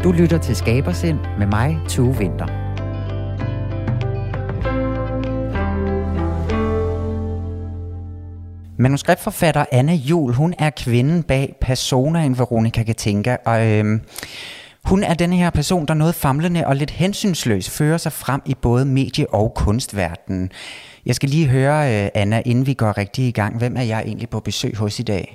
Du lytter til Skabersind med mig, Tue Winther. Manuskriptforfatter Anna Juhl, hun er kvinden bag personaen Veronica Katinka, og hun er den her person, der noget famlende og lidt hensynsløs fører sig frem i både medie- og kunstverdenen. Jeg skal lige høre, Anna, inden vi går rigtig i gang, hvem er jeg egentlig på besøg hos i dag?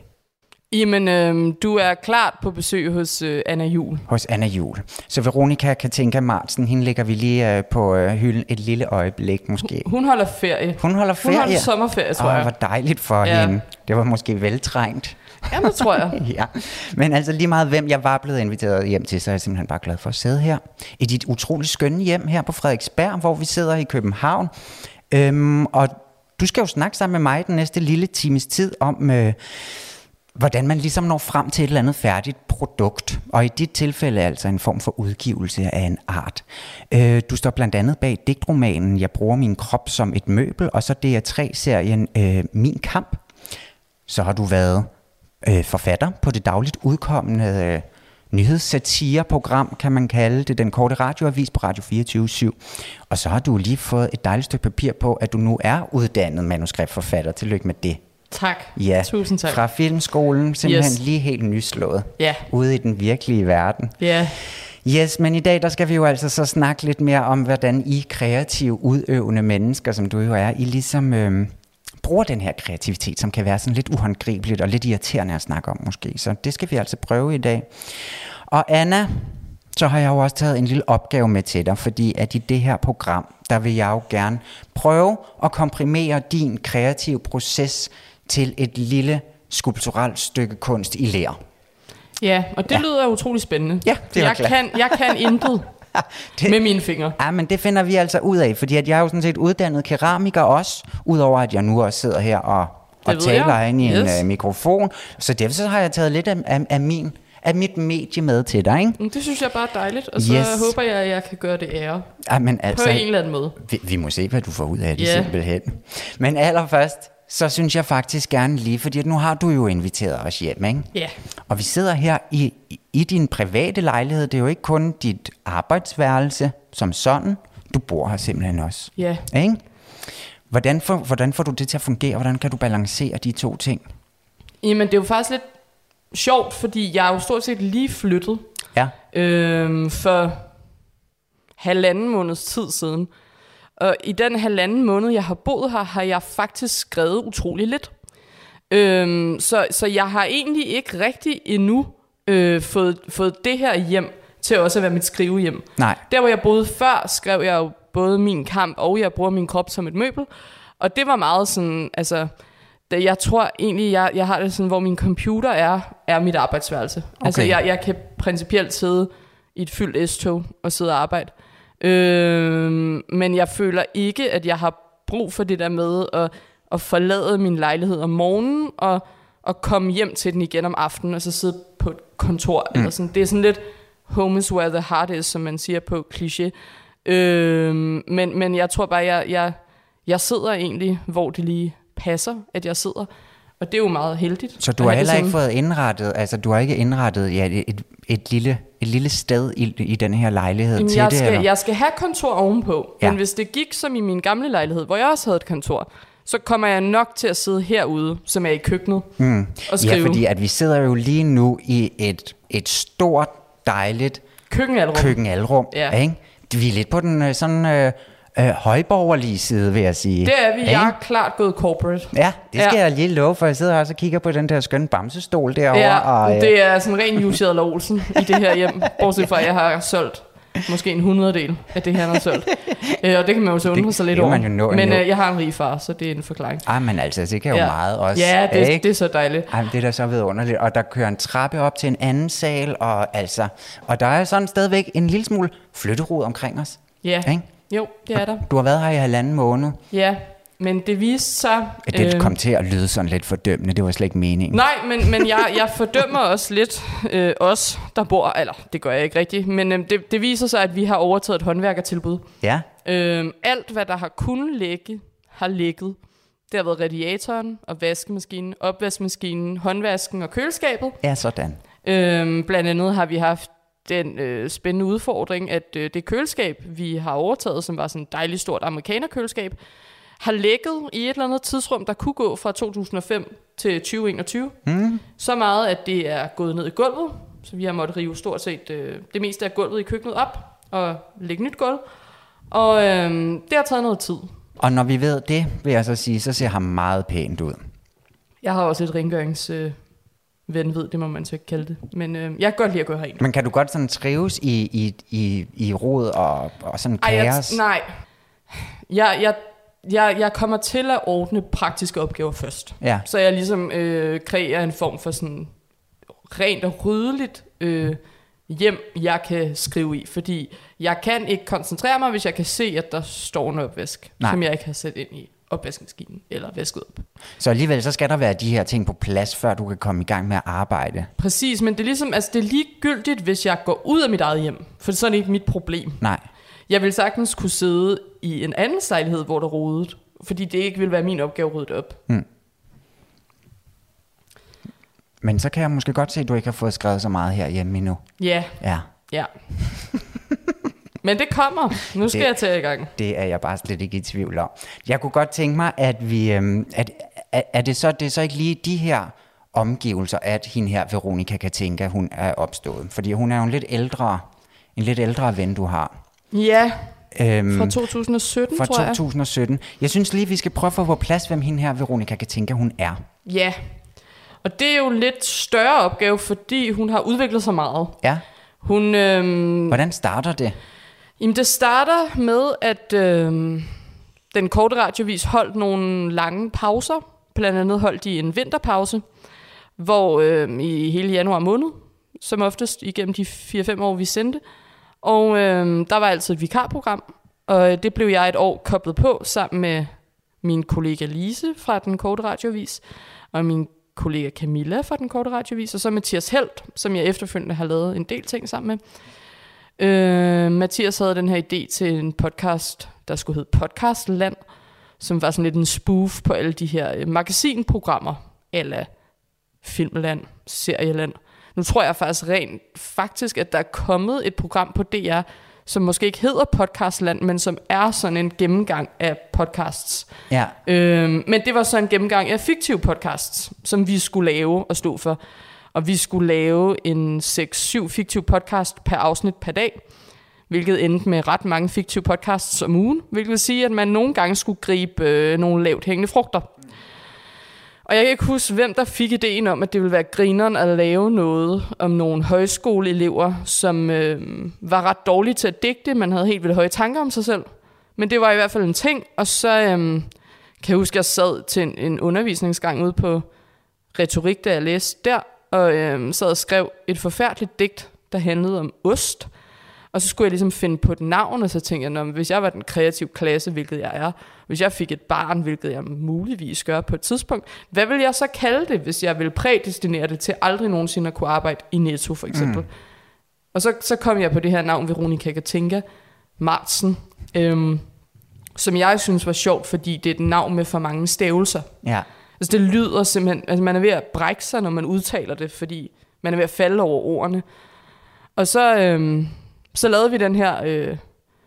Jamen, du er klart på besøg hos Anna Juhl. Hos Anna Juhl. Så Veronica Katinka Martsen, hende lægger vi lige på hylden et lille øjeblik måske. Hun holder ferie. Hun holder ferie? Hun holder sommerferie, tror jeg. Hvor dejligt for hende. Det var måske veltrængt. Ja, det tror jeg. Ja. Men altså lige meget hvem jeg var blevet inviteret hjem til, så er jeg simpelthen bare glad for at sidde her. I dit utroligt skønne hjem her på Frederiksberg, hvor vi sidder i København. Og du skal jo snakke sammen med mig den næste lille times tid om... hvordan man ligesom når frem til et eller andet færdigt produkt, og i dit tilfælde altså en form for udgivelse af en art. Du står blandt andet bag digtromanen Jeg bruger min krop som et møbel, og så DR3-serien Min kamp. Så har du været forfatter på det dagligt udkommende nyhedssatireprogram, kan man kalde det, den korte radioavis på Radio 24/7. Og så har du lige fået et dejligt stykke papir på, at du nu er uddannet manuskriptforfatter. Tillykke med det. Tak. Ja, tusind tak. Fra filmskolen, simpelthen lige helt nyslået. Ja. Ude i den virkelige verden. Ja. Yes, men i dag der skal vi jo altså så snakke lidt mere om, hvordan I kreative, udøvende mennesker, som du jo er, I ligesom bruger den her kreativitet, som kan være sådan lidt uhåndgribeligt og lidt irriterende at snakke om måske. Så det skal vi altså prøve i dag. Og Anna, så har jeg jo også taget en lille opgave med til dig, fordi at i det her program, der vil jeg jo gerne prøve at komprimere din kreative proces til et lille skulpturelt stykke kunst i ler. Ja, og det lyder utrolig spændende. Ja, det er jeg kan intet med mine fingre. Ja, men det finder vi altså ud af, fordi at jeg er jo sådan set uddannet keramiker også, udover at jeg nu også sidder her og taler ind i en mikrofon. Så derfor så har jeg taget lidt af mit medie med til dig, ikke? Det synes jeg bare er dejligt, og så håber jeg, at jeg kan gøre det ære. Jamen, altså, på en eller anden måde. Vi må se, hvad du får ud af det simpelthen. Men allerførst, så synes jeg faktisk gerne lige, fordi nu har du jo inviteret os hjem, ikke? Ja. Og vi sidder her i din private lejlighed. Det er jo ikke kun dit arbejdsværelse som sådan. Du bor her simpelthen også. Ja. Ikke? Hvordan får du det til at fungere? Hvordan kan du balancere de to ting? Jamen, det er jo faktisk lidt sjovt, fordi jeg er jo stort set lige flyttet. Ja. For 1,5 måneds tid siden. Og i den 1,5 måned, jeg har boet her, har jeg faktisk skrevet utrolig lidt. Så jeg har egentlig ikke rigtig endnu fået det her hjem til også at være mit skrivehjem. Nej. Der, hvor jeg boede før, skrev jeg jo både Min kamp, og Jeg bruger min krop som et møbel. Og det var meget sådan, altså... Jeg tror egentlig, jeg har det sådan, hvor min computer er mit arbejdsværelse. Okay. Altså, jeg kan principielt sidde i et fyldt S-tog og sidde og arbejde. Men jeg føler ikke, at jeg har brug for det der med at forlade min lejlighed om morgenen og komme hjem til den igen om aftenen og så sidde på et kontor. Eller sådan. Det er sådan lidt home is where the heart is, som man siger på kliché. Men jeg tror bare, jeg sidder egentlig, hvor det lige passer, at jeg sidder. Og det er jo meget heldigt. Så du har heller ikke fået indrettet, altså du har ikke indrettet et lille sted i den her lejlighed til det? Jeg skal have kontor ovenpå, men hvis det gik som i min gamle lejlighed, hvor jeg også havde et kontor, så kommer jeg nok til at sidde herude, som er i køkkenet, og skrive. Ja, fordi at vi sidder jo lige nu i et stort, dejligt køkkenalrum. Ja. Ikke? Vi er lidt på den sådan... højborgerlige side, vil jeg sige. Det er vi. Jeg er klart gået corporate. Ja, det skal jeg lige love, for jeg sidder også og kigger på den der skønne bamsestol derovre. Ja, og, det er sådan ren Jussi Adler Olsen i det her hjem. Bortset fra, at jeg har solgt måske en 100-del af det, han har solgt. Og det kan man jo så undre sig lidt over. Men jeg har en rig far, så det er en forklaring. Men altså, det kan jo meget også. Ja, det er så dejligt. Det er da så vidunderligt. Og der kører en trappe op til en anden sal, og der er sådan stadigvæk en lille smule flytterod omkring os. Ja. Ikke? Jo, det er der. Du har været her i 1,5 måned. Ja, men det viste sig... Det kom til at lyde sådan lidt fordømmende, det var slet ikke meningen. Nej, men jeg fordømmer også lidt os, der bor... Eller, det gør jeg ikke rigtigt, men det viser sig, at vi har overtaget et håndværkertilbud. Ja. Alt, hvad der har kunnet ligge, har ligget. Det har været radiatoren og vaskemaskinen, opvaskemaskinen, håndvasken og køleskabet. Ja, sådan. Blandt andet har vi haft den spændende udfordring, at det køleskab, vi har overtaget, som var sådan et dejligt stort amerikanerkøleskab, har lækket i et eller andet tidsrum, der kunne gå fra 2005 til 2021. Så meget, at det er gået ned i gulvet, så vi har måttet rive stort set det meste af gulvet i køkkenet op og lægge nyt gulv. Og det har taget noget tid. Og når vi ved det, vil jeg så sige, så ser han meget pænt ud. Jeg har også et rengøringsvenved, det må man så ikke kalde det. Men jeg kan godt lide at gå herind. Men kan du godt sådan trives i rod og sådan kaos? Nej. Jeg kommer til at ordne praktiske opgaver først. Ja. Så jeg ligesom kreerer en form for sådan rent og ryddeligt hjem, jeg kan skrive i. Fordi jeg kan ikke koncentrere mig, hvis jeg kan se, at der står en opvask, som jeg ikke har sat ind i opvaskemaskinen eller vasket op. Så alligevel så skal der være de her ting på plads, før du kan komme i gang med at arbejde. Præcis, men det er ligesom, altså det er ligegyldigt, hvis jeg går ud af mit eget hjem. For det er sådan ikke mit problem. Nej. Jeg vil sagtens kunne sidde i en anden lejlighed, hvor der rodet, fordi det ikke vil være min opgave at rydde op. Men så kan jeg måske godt se, at du ikke har fået skrevet så meget herhjemme endnu. Ja. Men det kommer. Nu skal jeg tage i gang. Det er jeg bare slet ikke i tvivl om. Jeg kunne godt tænke mig, at vi... det er så ikke lige de her omgivelser, at hende her, Veronica Katinka, hun er opstået. Fordi hun er jo en lidt ældre ven, du har. Ja, fra 2017, tror jeg. Fra 2017. Jeg synes lige, vi skal prøve at få på plads, hvem hende her, Veronica Katinka, hun er. Ja, og det er jo en lidt større opgave, fordi hun har udviklet sig meget. Ja. Hvordan starter det? Jamen, det starter med, at den korte radiovis holdt nogle lange pauser. Blandt andet holdt de en vinterpause, hvor i hele januar måned, som oftest igennem de 4-5 år, vi sendte. Og der var altid et vikarprogram, og det blev jeg et år koblet på sammen med min kollega Lise fra den korte radiovis, og min kollega Camilla fra den korte radiovis, og så Mathias Helt, som jeg efterfølgende har lavet en del ting sammen med. Mathias havde den her idé til en podcast, der skulle hedde Podcastland, som var sådan lidt en spoof på alle de her magasinprogrammer, eller Filmland, Serieland. Nu tror jeg faktisk, at der er kommet et program på DR, som måske ikke hedder Podcastland, men som er sådan en gennemgang af podcasts. Ja. Men det var så en gennemgang af fiktive podcasts, som vi skulle lave og stå for. Og vi skulle lave en 6-7 fiktive podcast per afsnit per dag, hvilket endte med ret mange fiktive podcasts om ugen, hvilket vil sige, at man nogle gange skulle gribe nogle lavt hængende frugter. Og jeg kan ikke huske, hvem der fik ideen om, at det ville være grineren at lave noget om nogle højskoleelever, som var ret dårlige til at digte, man havde helt vildt høje tanker om sig selv. Men det var i hvert fald en ting, og så kan jeg huske, at jeg sad til en undervisningsgang ude på retorik, da jeg læste der, og sad og skrev et forfærdeligt digt, der handlede om ost. Og så skulle jeg ligesom finde på et navn, og så tænkte jeg, hvis jeg var den kreative klasse, hvilket jeg er, hvis jeg fik et barn, hvilket jeg muligvis gør på et tidspunkt, hvad vil jeg så kalde det, hvis jeg vil prædestinere det til aldrig nogensinde at kunne arbejde i Netto, for eksempel? Og så kom jeg på det her navn, Veronica Katinka Martsen, som jeg synes var sjovt, fordi det er et navn med for mange stavelser. Ja. Altså det lyder simpelthen, altså man er ved at brække sig, når man udtaler det, fordi man er ved at falde over ordene. Og så lavede vi den her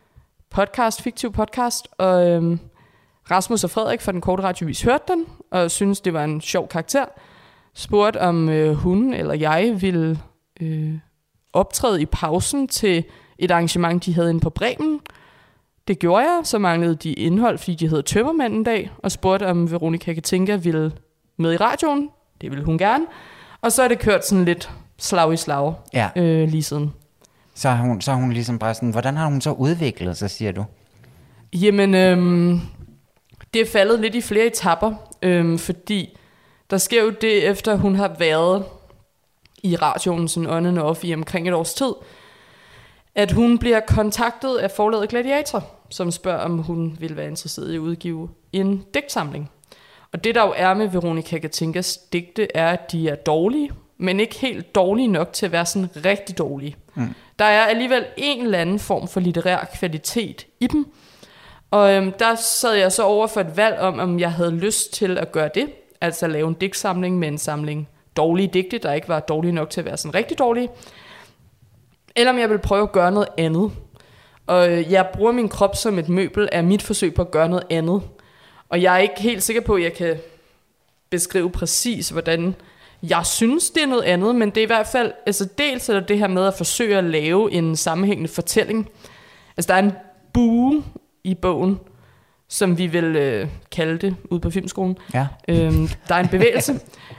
fiktiv podcast, og Rasmus og Frederik fra den korte radiovis hørte den, og syntes, det var en sjov karakter. Spurgte, om hun eller jeg ville optræde i pausen til et arrangement, de havde inde på Bremen. Det gjorde jeg, så manglede de indhold, fordi de hed Tømmermand en dag, og spurgte, om Veronica Katinka ville med i radioen. Det ville hun gerne. Og så er det kørt sådan lidt slag i slag lige siden. Så er hun ligesom bare sådan, hvordan har hun så udviklet sig, siger du? Jamen, det er faldet lidt i flere etapper, fordi der sker jo det, efter hun har været i radioen sådan on and off i omkring et års tid, at hun bliver kontaktet af forlaget Gladiator, som spørger, om hun vil være interesseret i at udgive en digtsamling. Og det der jo er med Veronica Katinkas digte, er, at de er dårlige, men ikke helt dårlige nok til at være sådan rigtig dårlige. Der er alligevel en eller anden form for litterær kvalitet i dem. Og der sad jeg så over for et valg om jeg havde lyst til at gøre det. Altså at lave en digtsamling med en samling dårlige digte, der ikke var dårlige nok til at være sådan rigtig dårlige. eller om jeg vil prøve at gøre noget andet. Og jeg bruger min krop som et møbel af mit forsøg på at gøre noget andet. Og jeg er ikke helt sikker på, at jeg kan beskrive præcis, hvordan jeg synes, det er noget andet. Men det er i hvert fald, altså dels er det her med at forsøge at lave en sammenhængende fortælling. Altså der er en bue i bogen, som vi vil kalde det ude på filmskolen. Ja. Der er en bevægelse.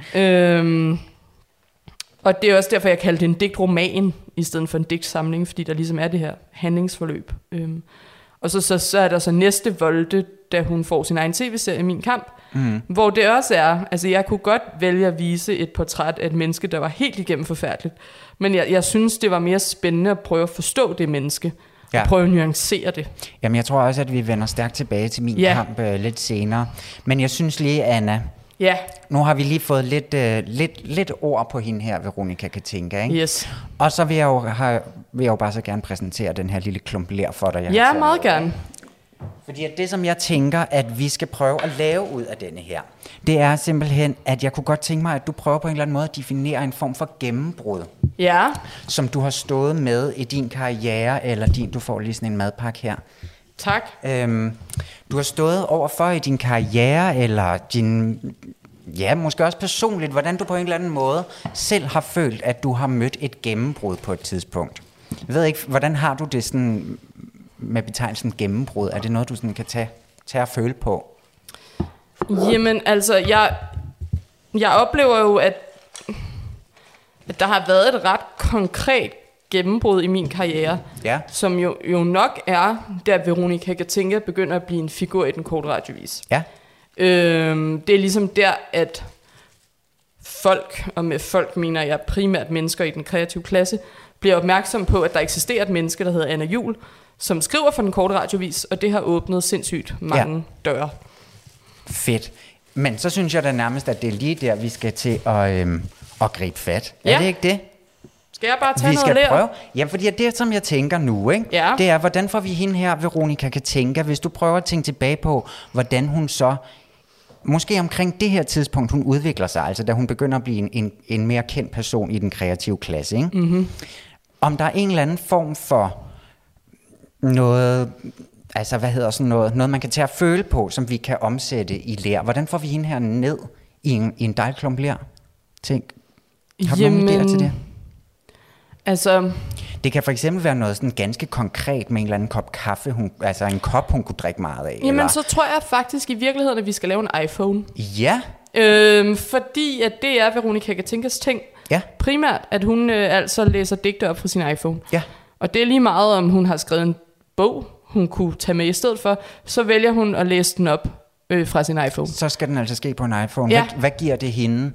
Og det er også derfor, jeg kalder det en digtroman, i stedet for en digtsamling, fordi der ligesom er det her handlingsforløb. Og så er der så næste volte, da hun får sin egen tv-serie, Min Kamp, hvor det også er, altså jeg kunne godt vælge at vise et portræt af et menneske, der var helt igennem forfærdeligt, men jeg synes, det var mere spændende at prøve at forstå det menneske, og prøve at nuancere det. Jamen jeg tror også, at vi vender stærkt tilbage til Min Kamp lidt senere. Men jeg synes lige, Anna, nu har vi lige fået lidt ord på hende her, Veronica Katinka, ikke? Yes. Og så vil jeg jo bare så gerne præsentere den her lille klump ler for dig. Ja, meget gerne. Fordi at det, som jeg tænker, at vi skal prøve at lave ud af denne her, det er simpelthen, at jeg kunne godt tænke mig, at du prøver på en eller anden måde at definere en form for gennembrud. Ja. Som du har stået med i din karriere, eller du får lige sådan en madpakke her. Tak. Du har stået overfor i din karriere, eller din, måske også personligt, hvordan du på en eller anden måde selv har følt, at du har mødt et gennembrud på et tidspunkt. Jeg ved ikke, hvordan har du det sådan med betegnelsen gennembrud? Er det noget, du sådan kan tage og føle på? Jamen, altså, jeg oplever jo, at der har været et ret konkret gennembrud i min karriere, som jo nok er, da Veronica Katinka begynder at blive en figur i Den Korte Radioavis. Ja. Det er ligesom der, at folk, og med folk mener jeg primært mennesker i den kreative klasse, bliver opmærksom på, at der eksisterer et menneske, der hedder Anna Juhl, som skriver for Den Korte Radioavis, og det har åbnet sindssygt mange døre. Fedt. Men så synes jeg da nærmest, at det er lige der, vi skal til at gribe fat. Er det ikke det? Skal jeg bare tage noget der? Prøve. Ja, fordi det, som jeg tænker nu, ikke? Ja. Det er, hvordan får vi hende her, Veronica Katinka, hvis du prøver at tænke tilbage på, hvordan hun så, måske omkring det her tidspunkt, hun udvikler sig, altså da hun begynder at blive en mere kendt person i den kreative klasse, ikke? Mm-hmm. Om der er en eller anden form for noget, altså noget man kan tage at føle på, som vi kan omsætte i ler. Hvordan får vi hende her ned i en dejlig klump ler? Har du nogen idéer til det? Altså, det kan for eksempel være noget sådan ganske konkret med en eller anden kop kaffe, altså en kop, hun kunne drikke meget af. Jamen, eller? Så tror jeg faktisk i virkeligheden, at vi skal lave en iPhone. Ja. Fordi at det er Veronica Katinkas ting. Ja. Primært, at hun altså læser digte op fra sin iPhone. Ja. Og det er lige meget, om hun har skrevet en bog, hun kunne tage med i stedet for, så vælger hun at læse den op fra sin iPhone. Så skal den altså ske på en iPhone. Ja. Hvad giver det hende?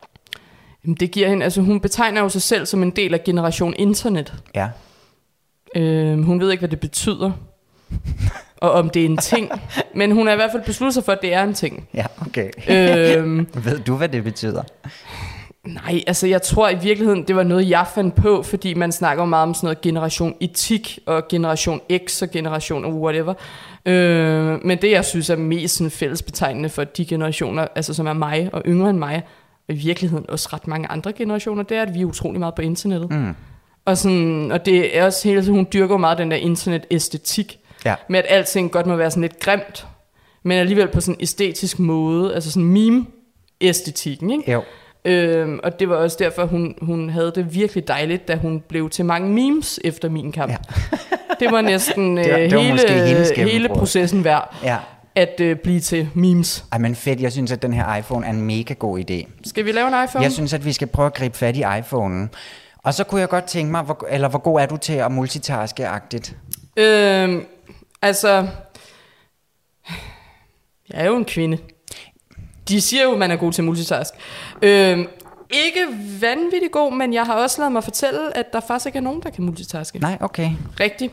Det giver hende, altså hun betegner jo sig selv som en del af generation internet. Ja. Hun ved ikke, hvad det betyder, og om det er en ting, men hun har i hvert fald besluttet sig for, at det er en ting. Ja, okay. Ved du, hvad det betyder? Nej, altså jeg tror i virkeligheden, det var noget, jeg fandt på, fordi man snakker meget om sådan noget generation etik, og generation X, og generation whatever. Men det, jeg synes er mest sådan fællesbetegnende for de generationer, altså som er mig og yngre end mig, og i virkeligheden også ret mange andre generationer, det er, at vi er utrolig meget på internettet. Mm. Og det er også hele tiden, hun dyrker meget den der internet-æstetik, med at alting godt må være sådan lidt grimt, men alligevel på sådan en æstetisk måde, altså sådan meme-æstetikken, ikke? Jo. Og det var også derfor, hun havde det virkelig dejligt, da hun blev til mange memes efter Min Kamp. Ja. Det var næsten det var hele processen værd. Ja. At blive til memes. Ej, men fedt, jeg synes, at den her iPhone er en mega god idé. Skal vi lave en iPhone? Jeg synes, at vi skal prøve at gribe fat i iPhone'en. Og så kunne jeg godt tænke mig, hvor god er du til at multitaske-agtigt? Altså, jeg er jo en kvinde. De siger jo, at man er god til multitask. Ikke vanvittigt god, men jeg har også ladet mig fortælle, at der faktisk ikke er nogen, der kan multitaske. Nej, okay. Rigtigt.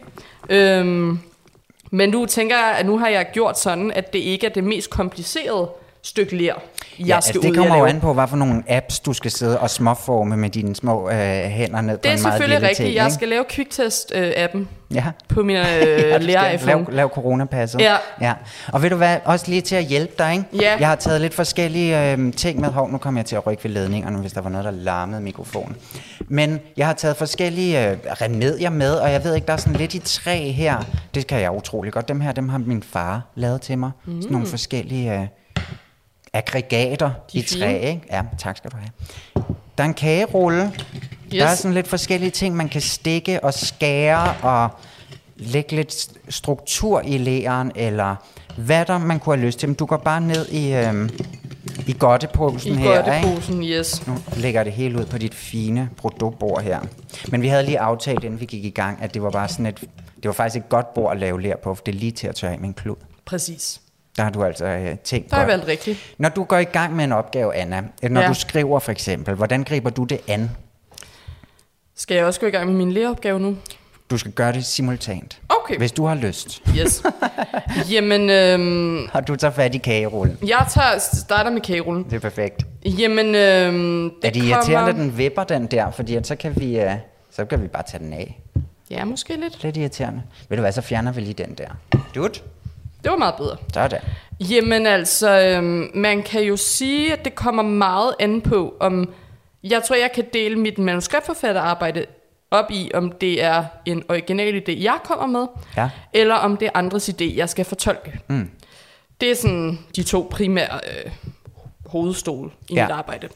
Men nu tænker jeg, at nu har jeg gjort sådan, at det ikke er det mest komplicerede stykke ler, jeg skal det kommer jo an på, hvad for nogle apps, du skal sidde og småforme med dine små hænder ned på en meget lille ting. Det er selvfølgelig rigtigt. Jeg skal lave Quicktest-appen på min lærer-iPhone. Lav coronapasset. Ja. Og ved du hvad, også lige til at hjælpe dig, ikke? Ja. Jeg har taget lidt forskellige ting med. Nu kommer jeg til at rykke ved ledningerne, hvis der var noget, der larmede mikrofonen. Men jeg har taget forskellige remedier med, og jeg ved ikke, der er sådan lidt i træ her. Det kan jeg utrolig godt. Dem har min far lavet til mig. Sådan nogle forskellige aggregater i træ, ikke? Ja, tak skal du have. Der er en kagerulle. Yes. Der er sådan lidt forskellige ting, man kan stikke og skære og lægge lidt struktur i læren, eller hvad der man kunne have lyst til. Men du går bare ned i godteposen her, ikke? I godteposen, yes. Nu lægger det hele ud på dit fine produktbord her. Men vi havde lige aftalt, inden vi gik i gang, at det var bare sådan det var faktisk et godt bord at lave ler på, for det er lige til at tørre af med en klud. Præcis. Der har du altså tænkt på. Der har jeg valgt rigtigt. Når du går i gang med en opgave, Anna, når du skriver for eksempel, hvordan griber du det an? Skal jeg også gå i gang med min læreopgave nu? Du skal gøre det simultant. Okay. Hvis du har lyst. Yes. Jamen... Har du taget fat i kagerullen? Jeg starter med kagerullen. Det er perfekt. Jamen... er det irriterende, at den vipper den der? Fordi så kan vi bare tage den af. Ja, måske lidt. Lidt irriterende. Ved du hvad, så fjerner vi lige den der. Dut. Det var meget bedre. Sådan. Jamen altså, man kan jo sige, at det kommer meget an på, om... Jeg tror, jeg kan dele mit manuskriptforfatterarbejde op i, om det er en original idé, jeg kommer med, eller om det er andres idé, jeg skal fortolke. Mm. Det er sådan de to primære hovedstole i mit arbejde.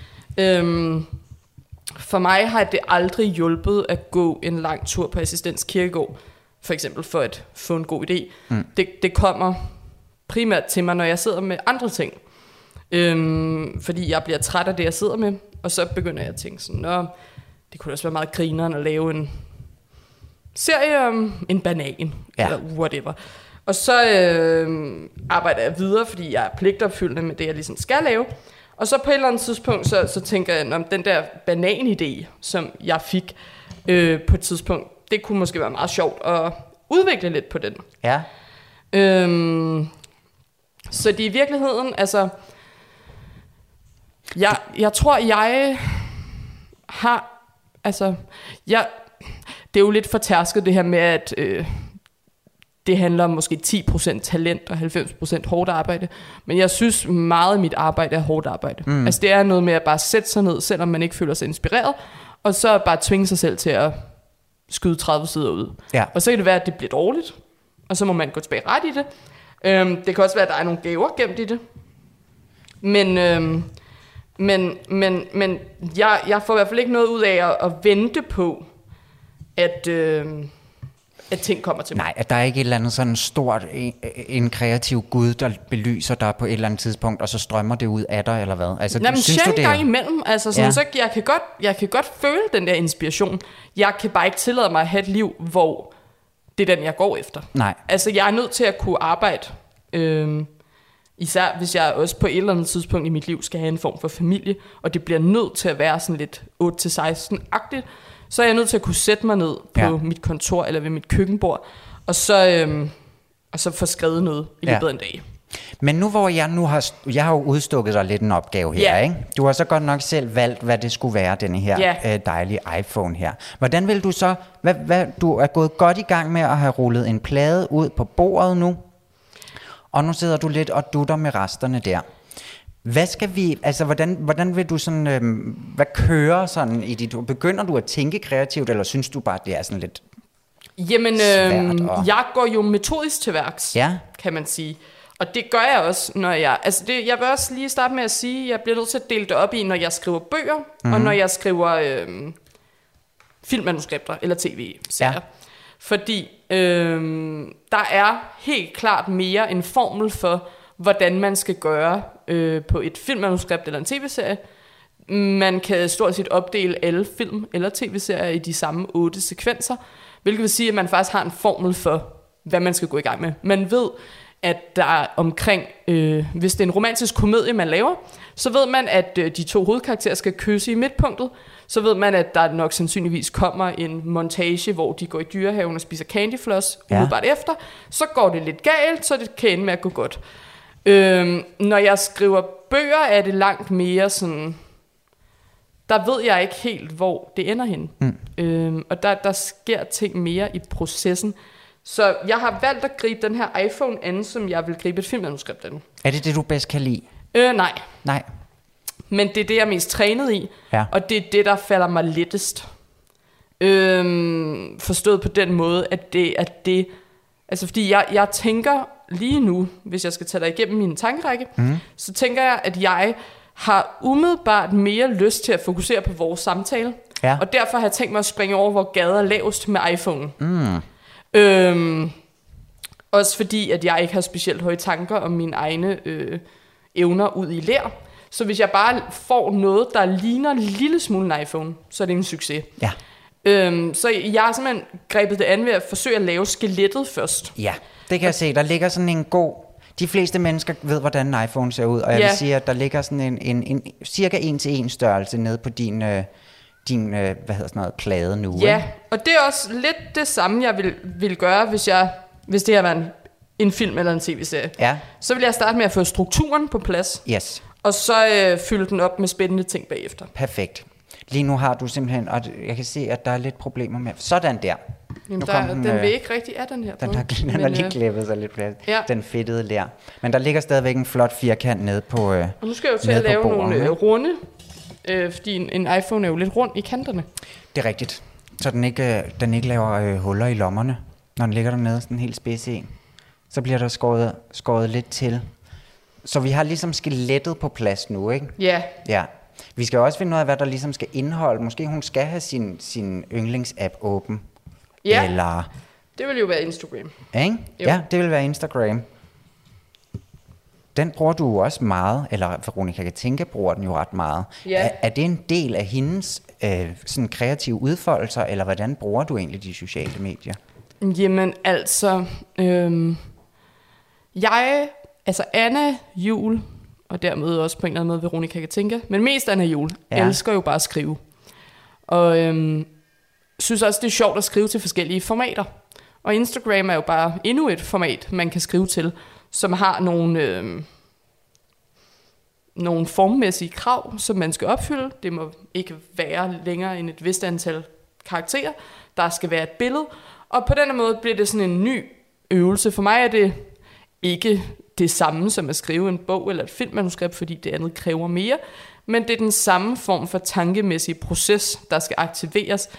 For mig har det aldrig hjulpet at gå en lang tur på Assistens Kirkegård, for eksempel for at få en god idé. Mm. Det kommer primært til mig, når jeg sidder med andre ting. Fordi jeg bliver træt af det, jeg sidder med, og så begynder jeg at tænke sådan, det kunne også være meget grineren at lave en serie om en banan, eller whatever. Og så arbejder jeg videre, fordi jeg er pligtopfyldende med det, jeg ligesom skal lave. Og så på et eller andet tidspunkt, så tænker jeg, om den der banan-idé, som jeg fik på et tidspunkt, det kunne måske være meget sjovt at udvikle lidt på den. Ja. Så det er i virkeligheden, altså... Jeg tror, jeg har... Altså, det er jo lidt fortærsket det her med, at det handler om måske 10% talent og 90% hårdt arbejde. Men jeg synes meget af mit arbejde er hårdt arbejde. Mm. Altså det er noget med at bare sætte sig ned, selvom man ikke føler sig inspireret, og så bare tvinge sig selv til at skyde 30 sider ud. Ja. Og så kan det være, at det bliver dårligt, og så må man gå tilbage ret i det. Det kan også være, at der er nogle gaver gemt i det. Men jeg får i hvert fald ikke noget ud af at vente på, at ting kommer til mig. Nej, at der er ikke et eller andet sådan stort, en kreativ gud, der belyser dig på et eller andet tidspunkt, og så strømmer det ud af dig, eller hvad? Altså, jamen, synes du det? Gang imellem. Altså, sådan, så jeg kan godt føle den der inspiration. Jeg kan bare ikke tillade mig at have et liv, hvor det er den, jeg går efter. Nej. Altså, jeg er nødt til at kunne arbejde... Især hvis jeg også på et eller andet tidspunkt i mit liv skal have en form for familie, og det bliver nødt til at være sådan lidt 8-16-agtigt, så er jeg nødt til at kunne sætte mig ned på mit kontor eller ved mit køkkenbord, og så få skrevet noget i løbet af en dag. Men nu hvor jeg har jo udstukket dig lidt en opgave her, ikke? Du har så godt nok selv valgt, hvad det skulle være, denne her dejlige iPhone her. Hvordan vil du så, du er gået godt i gang med at have rullet en plade ud på bordet nu, og nu sidder du lidt og dutter med resterne der. Hvad skal vi, altså hvordan vil du sådan, hvad kører sådan i dit, begynder du at tænke kreativt, eller synes du bare, det er sådan lidt svært? Jeg går jo metodisk til værks, kan man sige. Og det gør jeg også, når jeg vil også lige starte med at sige, at jeg bliver nødt til at dele det op i, når jeg skriver bøger, og når jeg skriver filmmanuskripter eller tv-serier. Ja. Fordi der er helt klart mere en formel for, hvordan man skal gøre på et filmmanuskript eller en tv-serie. Man kan stort set opdele alle film eller tv-serier i de samme 8 sekvenser, hvilket vil sige, at man faktisk har en formel for, hvad man skal gå i gang med. Man ved, at der er omkring, hvis det er en romantisk komedie, man laver, så ved man, at de to hovedkarakterer skal kysse i midtpunktet. Så ved man, at der nok sandsynligvis kommer en montage, hvor de går i dyrehaven og spiser candyfloss umiddelbart efter. Så går det lidt galt, så det kan ende med at gå godt. Når jeg skriver bøger, er det langt mere sådan... Der ved jeg ikke helt, hvor det ender hen. Og der sker ting mere i processen. Så jeg har valgt at gribe den her iPhone an, som jeg vil gribe et filmmanuskript af. Er det det, du bedst kan lide? Nej. Men det er det, jeg er mest trænet i. Ja. Og det er det, der falder mig lettest. Forstået på den måde, at det er det. Altså fordi jeg tænker lige nu, hvis jeg skal tage dig igennem min tankerække, så tænker jeg, at jeg har umiddelbart mere lyst til at fokusere på vores samtale. Ja. Og derfor har jeg tænkt mig at springe over, hvor gader er lavest med iPhone. Også fordi, at jeg ikke har specielt høje tanker om mine egne evner ud i lær. Så hvis jeg bare får noget, der ligner en lille smule en iPhone, så er det en succes. Ja. Så jeg har simpelthen grebet det an ved at forsøge at lave skelettet først. Ja, det kan jeg se. Der ligger sådan en god... De fleste mennesker ved, hvordan en iPhone ser ud, og jeg vil sige, at der ligger sådan en cirka 1-til-1 størrelse nede på din hvad hedder sådan noget, plade nu. Ja, ikke? og det er også lidt det samme, jeg vil gøre, hvis det her var en film eller en tv-serie. Ja. Så vil jeg starte med at få strukturen på plads, Yes. og så fylde den op med spændende ting bagefter. Perfekt. Lige nu har du simpelthen, og jeg kan se, at der er lidt problemer med... Sådan der. Jamen den vil ikke rigtig af den her. Den har lige klippet sig lidt plads. Ja. Den fedtede lær. Men der ligger stadigvæk en flot firkant nede på og nu skal jeg jo til at lave nogle runde, fordi en iPhone er jo lidt rund i kanterne. Det er rigtigt. Så den ikke laver huller i lommerne, når den ligger dernede, sådan en helt spids en. Så bliver der skåret lidt til. Så vi har ligesom skelettet på plads nu, ikke? Ja. Ja. Vi skal også finde ud af, hvad der ligesom skal indeholde. Måske hun skal have sin yndlingsapp åben. Ja, eller, det vil jo være Instagram. ikke? Ja, det vil være Instagram. Den bruger du også meget, eller Veronica Katinka bruger den jo ret meget. Ja. Er det en del af hendes sådan kreative udfoldelser, eller hvordan bruger du egentlig de sociale medier? Jamen altså, Anna Juhl, og dermed også på en eller anden måde Veronica Katinka, men mest Anna Juhl, elsker jo bare at skrive. Og synes også, det er sjovt at skrive til forskellige formater. Og Instagram er jo bare endnu et format, man kan skrive til, som har nogle formmæssige krav, som man skal opfylde. Det må ikke være længere end et vist antal karakterer. Der skal være et billede. Og på den måde bliver det sådan en ny øvelse. For mig er det ikke det samme som at skrive en bog eller et filmmanuskript, fordi det andet kræver mere. Men det er den samme form for tankemæssig proces, der skal aktiveres.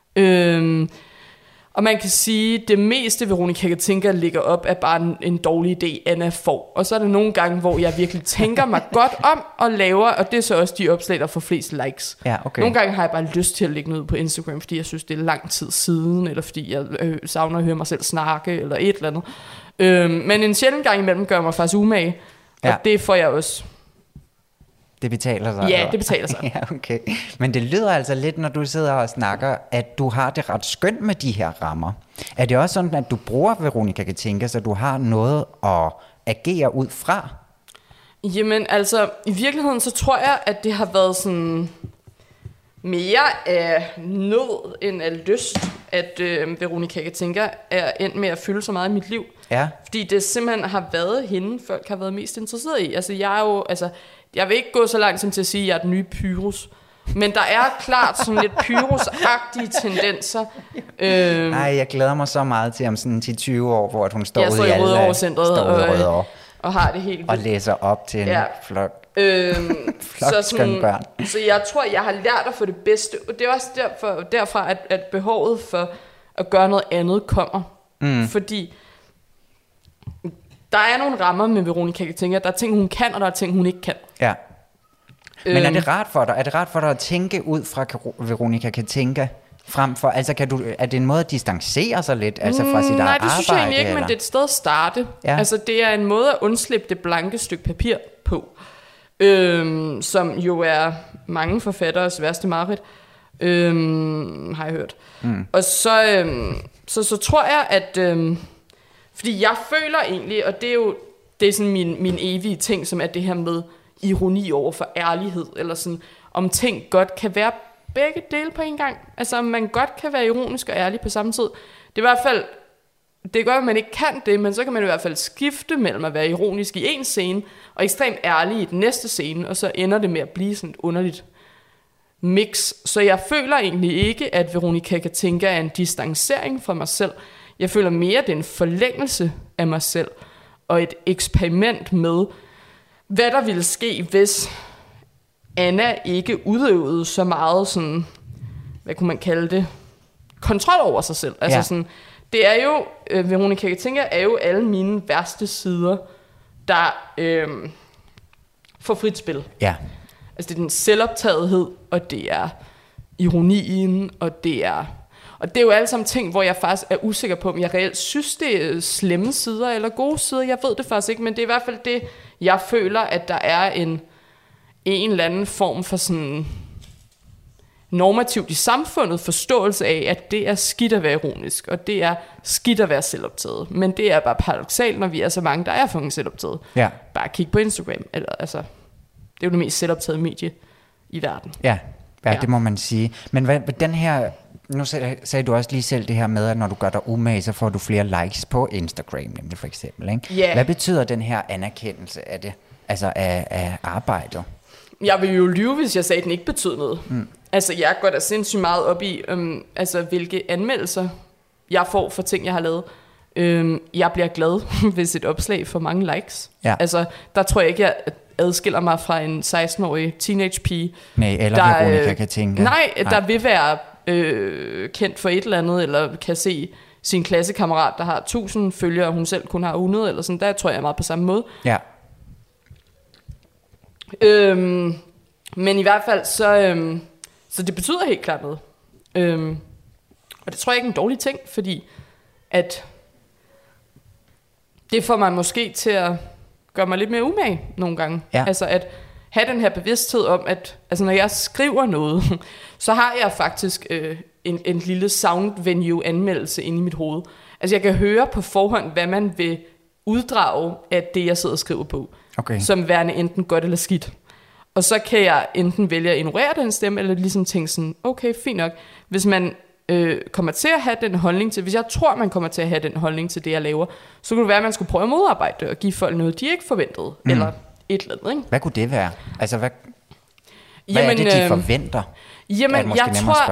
Og man kan sige, at det meste Veronica Katinka ligger op er bare en dårlig idé, Anna får. Og så er der nogle gange, hvor jeg virkelig tænker mig godt om og laver, og det er så også de opslag, der får flest likes. Ja, okay. Nogle gange har jeg bare lyst til at lægge noget på Instagram, fordi jeg synes, det er lang tid siden, eller fordi jeg savner at høre mig selv snakke, eller et eller andet. Men en sjældent gang imellem gør mig faktisk umage, og det får jeg også. Det betaler sig. Ja, det betaler sig. Ja, okay. Men det lyder altså lidt, når du sidder og snakker, at du har det ret skønt med de her rammer. Er det også sådan, at du bruger Veronica Katinka, så du har noget at agere ud fra? Jamen altså, i virkeligheden så tror jeg, at det har været sådan mere af nød end af lyst, at Veronica Katinka er endt med at fylde så meget i mit liv. Ja. Fordi det simpelthen har været hende, folk har været mest interesseret i. Altså jeg vil ikke gå så langt som til at sige, at jeg er den nye Pyrus. Men der er klart sådan lidt Pyrus-agtige tendenser. Jeg glæder mig så meget til om sådan 10-20 år, hvor hun står ude i alle Rødovre og har det helt vildt. Og læser op til en flok skønne børn. Så jeg tror, jeg har lært at få det bedste. Og det er også derfra, at behovet for at gøre noget andet kommer. Fordi der er nogle rammer med Veronica Katinka. Der er ting, hun kan, og der er ting, hun ikke kan. Ja. Men er det rart for dig? Er det rart for dig at tænke ud fra Veronica Katinka? Frem for, altså er det en måde at distancere sig lidt altså fra sit eget arbejde? Nej, det synes jeg egentlig ikke, eller? men det er et sted at starte. Ja. Altså det er en måde at undslippe det blanke stykke papir på, som jo er mange forfatteres værste mareridt, har jeg hørt. Og så tror jeg, at fordi jeg føler egentlig, og det er sådan min evige ting, som er det her med ironi over for ærlighed, eller sådan, om ting godt kan være begge dele på en gang. Altså, om man godt kan være ironisk og ærlig på samme tid. Det er i hvert fald, det er godt, at man ikke kan det, men så kan man i hvert fald skifte mellem at være ironisk i en scene, og ekstremt ærlig i den næste scene, og så ender det med at blive sådan et underligt mix. Så jeg føler egentlig ikke, at Veronica Katinka er en distancering fra mig selv. Jeg føler mere, at det er en forlængelse af mig selv, og et eksperiment med, hvad der ville ske, hvis Anna ikke udøvede så meget sådan, hvad kunne man kalde det, kontrol over sig selv. Altså sådan, det er jo, Veronica Katinka er jo alle mine værste sider, der får frit spil. Ja. Altså det er den selvoptagethed, og det er ironien, og det er jo alle sammen ting, hvor jeg faktisk er usikker på, om jeg reelt synes, det er slemme sider eller gode sider. Jeg ved det faktisk ikke, men det er i hvert fald det, jeg føler, at der er en eller anden form for sådan normativt i samfundet forståelse af, at det er skidt at være ironisk, og det er skidt at være selvoptaget. Men det er bare paradoksalt, når vi er så mange, der er fucking selvoptaget. Ja. Bare kig på Instagram. Eller, altså, det er jo det mest selvoptagede medie i verden. Ja, det må man sige. Men hvad den her, nu sagde du også lige selv det her med, at når du gør dig umage, så får du flere likes på Instagram, nemlig for eksempel. Ikke? Yeah. Hvad betyder den her anerkendelse af det, altså af arbejdet? Jeg ville jo lyve, hvis jeg sagde, at den ikke betød noget. Altså, jeg går da sindssygt meget op i, altså, hvilke anmeldelser jeg får for ting, jeg har lavet. Jeg bliver glad, hvis et opslag får mange likes. Ja. Altså, der tror jeg ikke, jeg adskiller mig fra en 16-årig teenage-pige. Nej, eller Veronica Katinka. Nej, der vil være kendt for et eller andet, eller kan se sin klassekammerat, der har 1000 følgere, og hun selv kun har 100, eller sådan. Der tror jeg meget på samme måde. Ja. Men i hvert fald, så det betyder helt klart noget. Og det tror jeg ikke er en dårlig ting, fordi at det får mig måske til at gøre mig lidt mere umage nogle gange. Ja. Altså at have den her bevidsthed om, at altså når jeg skriver noget, så har jeg faktisk en lille sound venue anmeldelse inde i mit hoved. Altså jeg kan høre på forhånd, hvad man vil uddrage af det, jeg sidder og skriver på. Okay. Som værende enten godt eller skidt. Og så kan jeg enten vælge at ignorere den stemme, eller ligesom tænke sådan, okay, fint nok. Hvis man kommer til at have den holdning til, hvis jeg tror, man kommer til at have den holdning til det, jeg laver, så kunne det være, at man skulle prøve at modarbejde det, og give folk noget, de ikke forventede, eller et eller andet, ikke? Hvad kunne det være? Altså, hvad er det, de forventer? Jamen, jeg tror,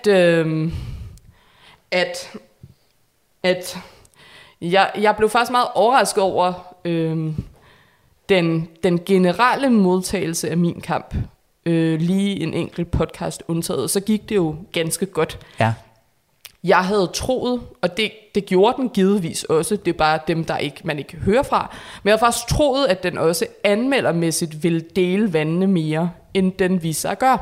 at jeg blev faktisk meget overrasket over den generelle modtagelse af min kamp, lige en enkelt podcast undtaget, så gik det jo ganske godt. Ja. Jeg havde troet, og det gjorde den givetvis også, det er bare dem, man ikke hører fra, men jeg havde faktisk troet, at den også anmeldermæssigt ville dele vandene mere, end den viser sig at gøre.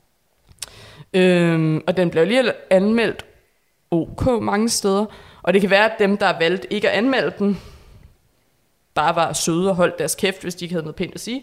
Og den blev lige anmeldt ok mange steder, og det kan være, at dem, der valgte ikke at anmelde den, bare var søde og holdt deres kæft, hvis de ikke havde noget pænt at sige.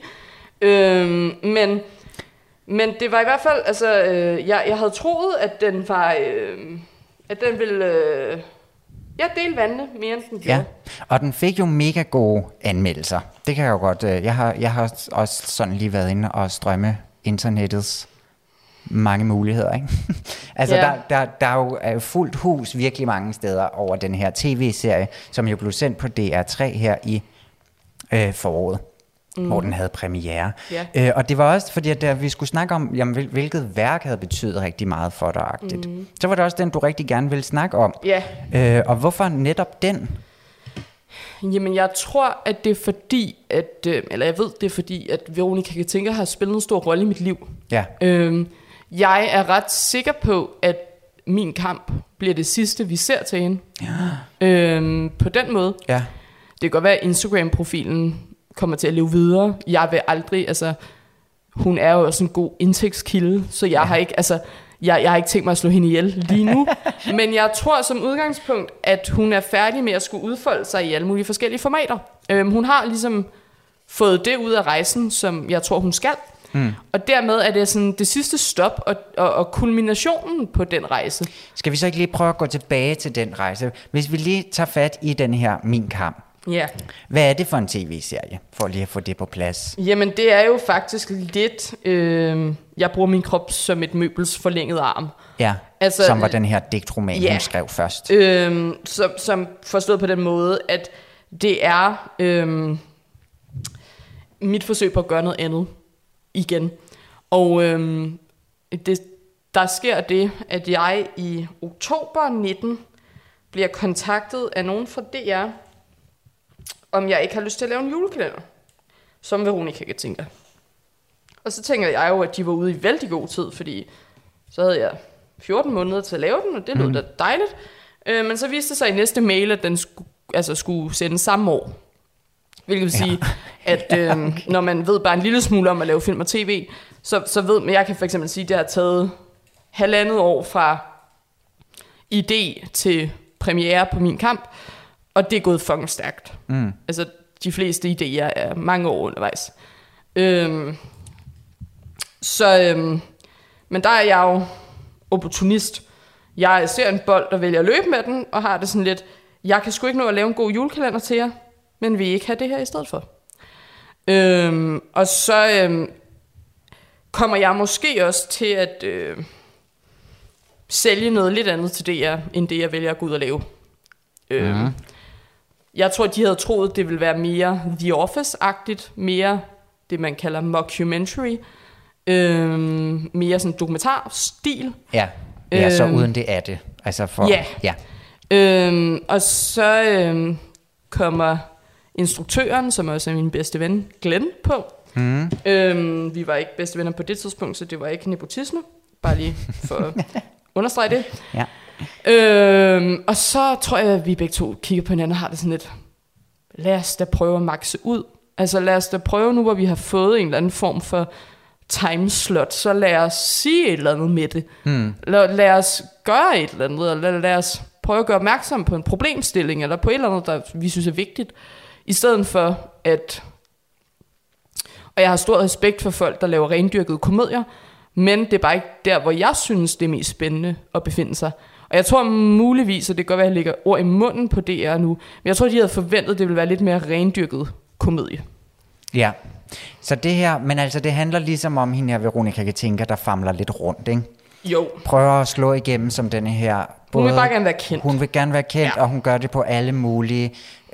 Men det var i hvert fald, altså, jeg havde troet, at den var, at den ville dele vandene mere, end den gjorde. Ja, og den fik jo mega gode anmeldelser. Det kan jeg jo godt, jeg har også sådan lige været inde og strømme internettets mange muligheder, ikke? Altså, der er jo fuldt hus virkelig mange steder over den her tv-serie, som jo blev sendt på DR3 her i foråret, hvor den havde premiere. Yeah. Og det var også, fordi at vi skulle snakke om, jamen, hvilket værk havde betydet rigtig meget for dig-agtigt. Så var det også den, du rigtig gerne ville snakke om. Yeah. Og hvorfor netop den? Jamen, jeg tror, at det er fordi, eller jeg ved, det er fordi, at Veronica Katinka har spillet en stor rolle i mit liv. Ja. Jeg er ret sikker på, at min kamp bliver det sidste, vi ser til hende. Ja. På den måde. Ja. Det kan godt være, at Instagram-profilen kommer til at leve videre. Jeg vil aldrig, altså, hun er jo også en god indtægtskilde, så jeg har ikke, altså, jeg har ikke tænkt mig at slå hende ihjel lige nu. Men jeg tror som udgangspunkt, at hun er færdig med at skulle udfolde sig i alle mulige forskellige formater. Hun har ligesom fået det ud af rejsen, som jeg tror, hun skal. Og dermed er det sådan det sidste stop og kulminationen på den rejse. Skal vi så ikke lige prøve at gå tilbage til den rejse? Hvis vi lige tager fat i den her Min Kamp. Ja. Hvad er det for en tv-serie, for lige at få det på plads? Jamen, det er jo faktisk lidt... jeg bruger min krop som et møbels forlængede arm. Ja, altså, som var den her digtroman, hun skrev først. Som forstået på den måde, at det er mit forsøg på at gøre noget andet igen. Og der sker det, at jeg i oktober 19 bliver kontaktet af nogen fra DR, om jeg ikke har lyst til at lave en julekalender, som Veronica Katinka. Og så tænker jeg jo, at de var ude i vældig god tid, fordi så havde jeg 14 måneder til at lave den, og det lød da dejligt. Men så viste det sig i næste mail, at den skulle sendes samme år. Hvilket vil sige, at når man ved bare en lille smule om at lave film og tv, så ved man, jeg kan for eksempel sige, at det har taget 1,5 år fra idé til premiere på Min Kamp, og det er gået fucking stærkt. Altså, de fleste idéer er mange år undervejs. Men der er jeg jo opportunist. Jeg ser en bold, der vælger at løbe med den, og har det sådan lidt, jeg kan sgu ikke nå at lave en god julekalender til jer, men vil I ikke have det her i stedet for? Og så kommer jeg måske også til at sælge noget lidt andet til DR, end det jeg vælger at gå ud og lave. Jeg tror, de havde troet, det ville være mere The Office-agtigt, mere det, man kalder mockumentary, mere sådan dokumentarstil. Ja, så uden det er det. Altså for, ja. Og så kommer instruktøren, som også er min bedste ven, Glenn, på. Vi var ikke bedste venner på det tidspunkt, så det var ikke nepotisme. Bare lige for at understrege det. Ja. Og så tror jeg, at vi begge to kigger på hinanden og har det sådan lidt, lad os da prøve at makse ud. Altså lad os da prøve nu, hvor vi har fået en eller anden form for timeslot, så lad os sige et eller andet med det. Lad os gøre et eller andet, eller lad os prøve at gøre opmærksom på en problemstilling, eller på et eller andet, der vi synes er vigtigt, i stedet for at... Og jeg har stor respekt for folk, der laver rendyrkede komedier, men det er bare ikke der, hvor jeg synes, det er mest spændende at befinde sig. Og jeg tror muligvis, og det kan godt være, at jeg lægger ord i munden på DR nu, men jeg tror, de havde forventet, at det ville være lidt mere rendyrket komedie. Ja, så det her, men altså det handler ligesom om hende her, Veronica Katinka, der famler lidt rundt, ikke? Jo. Prøver at slå igennem som denne her... Hun vil bare gerne være kendt. Hun vil gerne være kendt, og hun gør det på alle mulige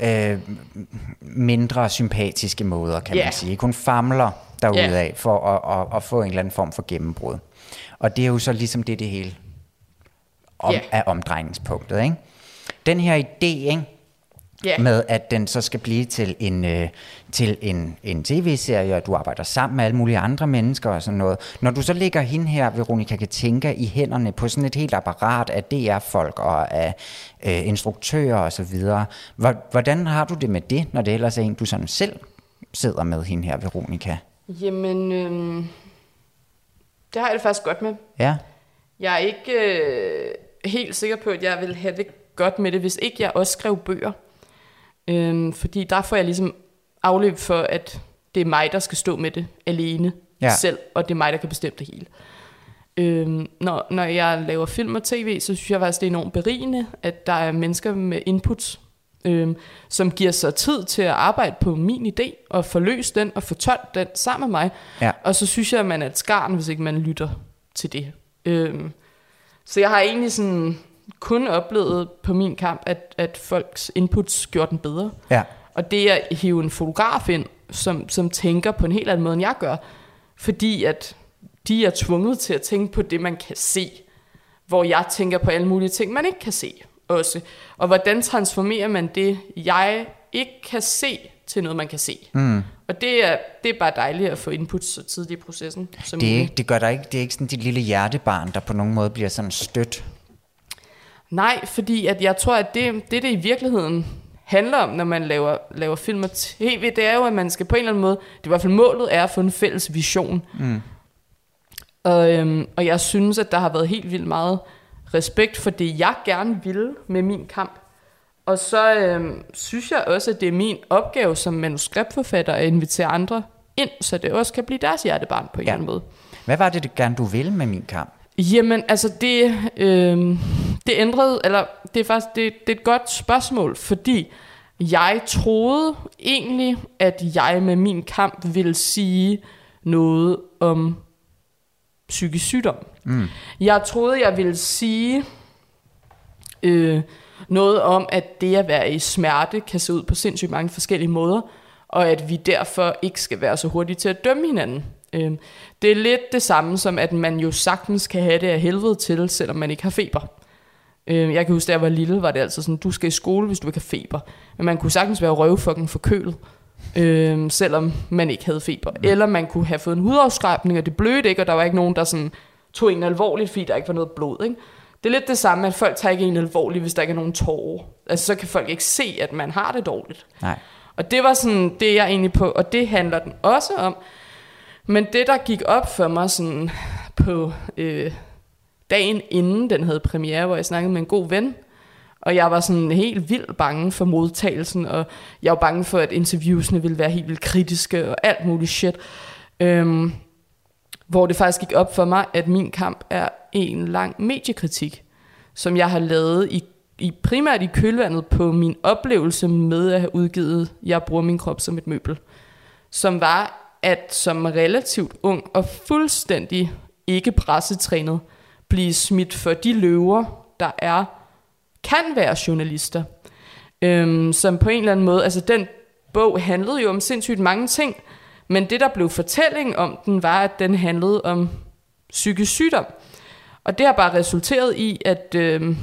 mindre sympatiske måder, kan man sige. Hun famler derudaf for at få en eller anden form for gennembrud. Og det er jo så ligesom det hele er omdrejningspunktet, ikke? Den her idé, ikke? Med at den så skal blive til en tv-serie, og du arbejder sammen med alle mulige andre mennesker og sådan noget. Når du så lægger hende her, Veronica Katinka, i hænderne på sådan et helt apparat af DR-folk og af instruktører og så videre, hvordan har du det med det, når det ellers er en, du sådan selv sidder med, hende her, Veronica? Jamen, det har jeg det faktisk godt med. Ja. Jeg er ikke helt sikker på, at jeg vil have det godt med det, hvis ikke jeg også skrev bøger. Fordi der får jeg ligesom afløb for, at det er mig, der skal stå med det alene selv, og det er mig, der kan bestemme det hele. Når jeg laver film og tv, så synes jeg faktisk, det er enormt berigende, at der er mennesker med inputs, som giver sig tid til at arbejde på min idé, og forløse den, og fortolke den sammen med mig. Ja. Og så synes jeg, at man er et skarn, hvis ikke man lytter til det. Så jeg har egentlig sådan... kun oplevet på Min Kamp, at folks inputs gjorde den bedre. Ja. Og det er at hive en fotograf ind, som tænker på en helt anden måde, end jeg gør. Fordi at de er tvunget til at tænke på det, man kan se. Hvor jeg tænker på alle mulige ting, man ikke kan se også. Og hvordan transformerer man det, jeg ikke kan se, til noget, man kan se. Og det er bare dejligt at få input så tidligt i processen. Det gør der ikke. Det er ikke sådan dit lille hjertebarn, der på nogen måde bliver sådan stødt. Nej, fordi at jeg tror, at det i virkeligheden handler om, når man laver film og tv, det er jo, at man skal på en eller anden måde, det er i hvert fald målet, er at få en fælles vision. Og jeg synes, at der har været helt vildt meget respekt for det, jeg gerne ville med Min Kamp. Og så synes jeg også, at det er min opgave som manuskriptforfatter at invitere andre ind, så det også kan blive deres hjertebarn på en eller anden måde. Hvad var det gerne, du ville med Min Kamp? Jamen, altså det ændrede, eller det er faktisk det er et godt spørgsmål, fordi jeg troede egentlig, at jeg med Min Kamp ville sige noget om psykisk sygdom. Jeg troede, jeg ville sige noget om, at det at være i smerte kan se ud på sindssygt mange forskellige måder, og at vi derfor ikke skal være så hurtige til at dømme hinanden. Det er lidt det samme som, at man jo sagtens kan have det af helvede til, selvom man ikke har feber. Jeg kan huske, da jeg var lille, var det altså sådan, du skal i skole, hvis du ikke har feber. Men man kunne sagtens være røvfucking forkølet. selvom man ikke havde feber. Eller man kunne have fået en hudafskrabning, og det blødte ikke, og der var ikke nogen, der sådan tog en alvorligt, fordi der ikke var noget blod, ikke? Det er lidt det samme, at folk tager ikke en alvorligt, hvis der ikke er nogen tårer. Altså, så kan folk ikke se, at man har det dårligt. Nej. Og det var sådan det, jeg egentlig på, og det handler den også om. Men det, der gik op for mig sådan på dagen inden den havde premiere, hvor jeg snakkede med en god ven, og jeg var sådan helt vildt bange for modtagelsen, og jeg var bange for, at interviewsene ville være helt vildt kritiske, og alt muligt shit. Hvor det faktisk gik op for mig, at min kamp er en lang mediekritik, som jeg har lavet primært i kølvandet på min oplevelse med at have udgivet Jeg bruger min krop som et møbel, som var at som relativt ung og fuldstændig ikke pressetrænet blive smidt for de løver, der kan være journalister, som på en eller anden måde, altså den bog handlede jo om sindssygt mange ting, men det der blev fortælling om den var, at den handlede om psykisk sygdom, og det har bare resulteret i, at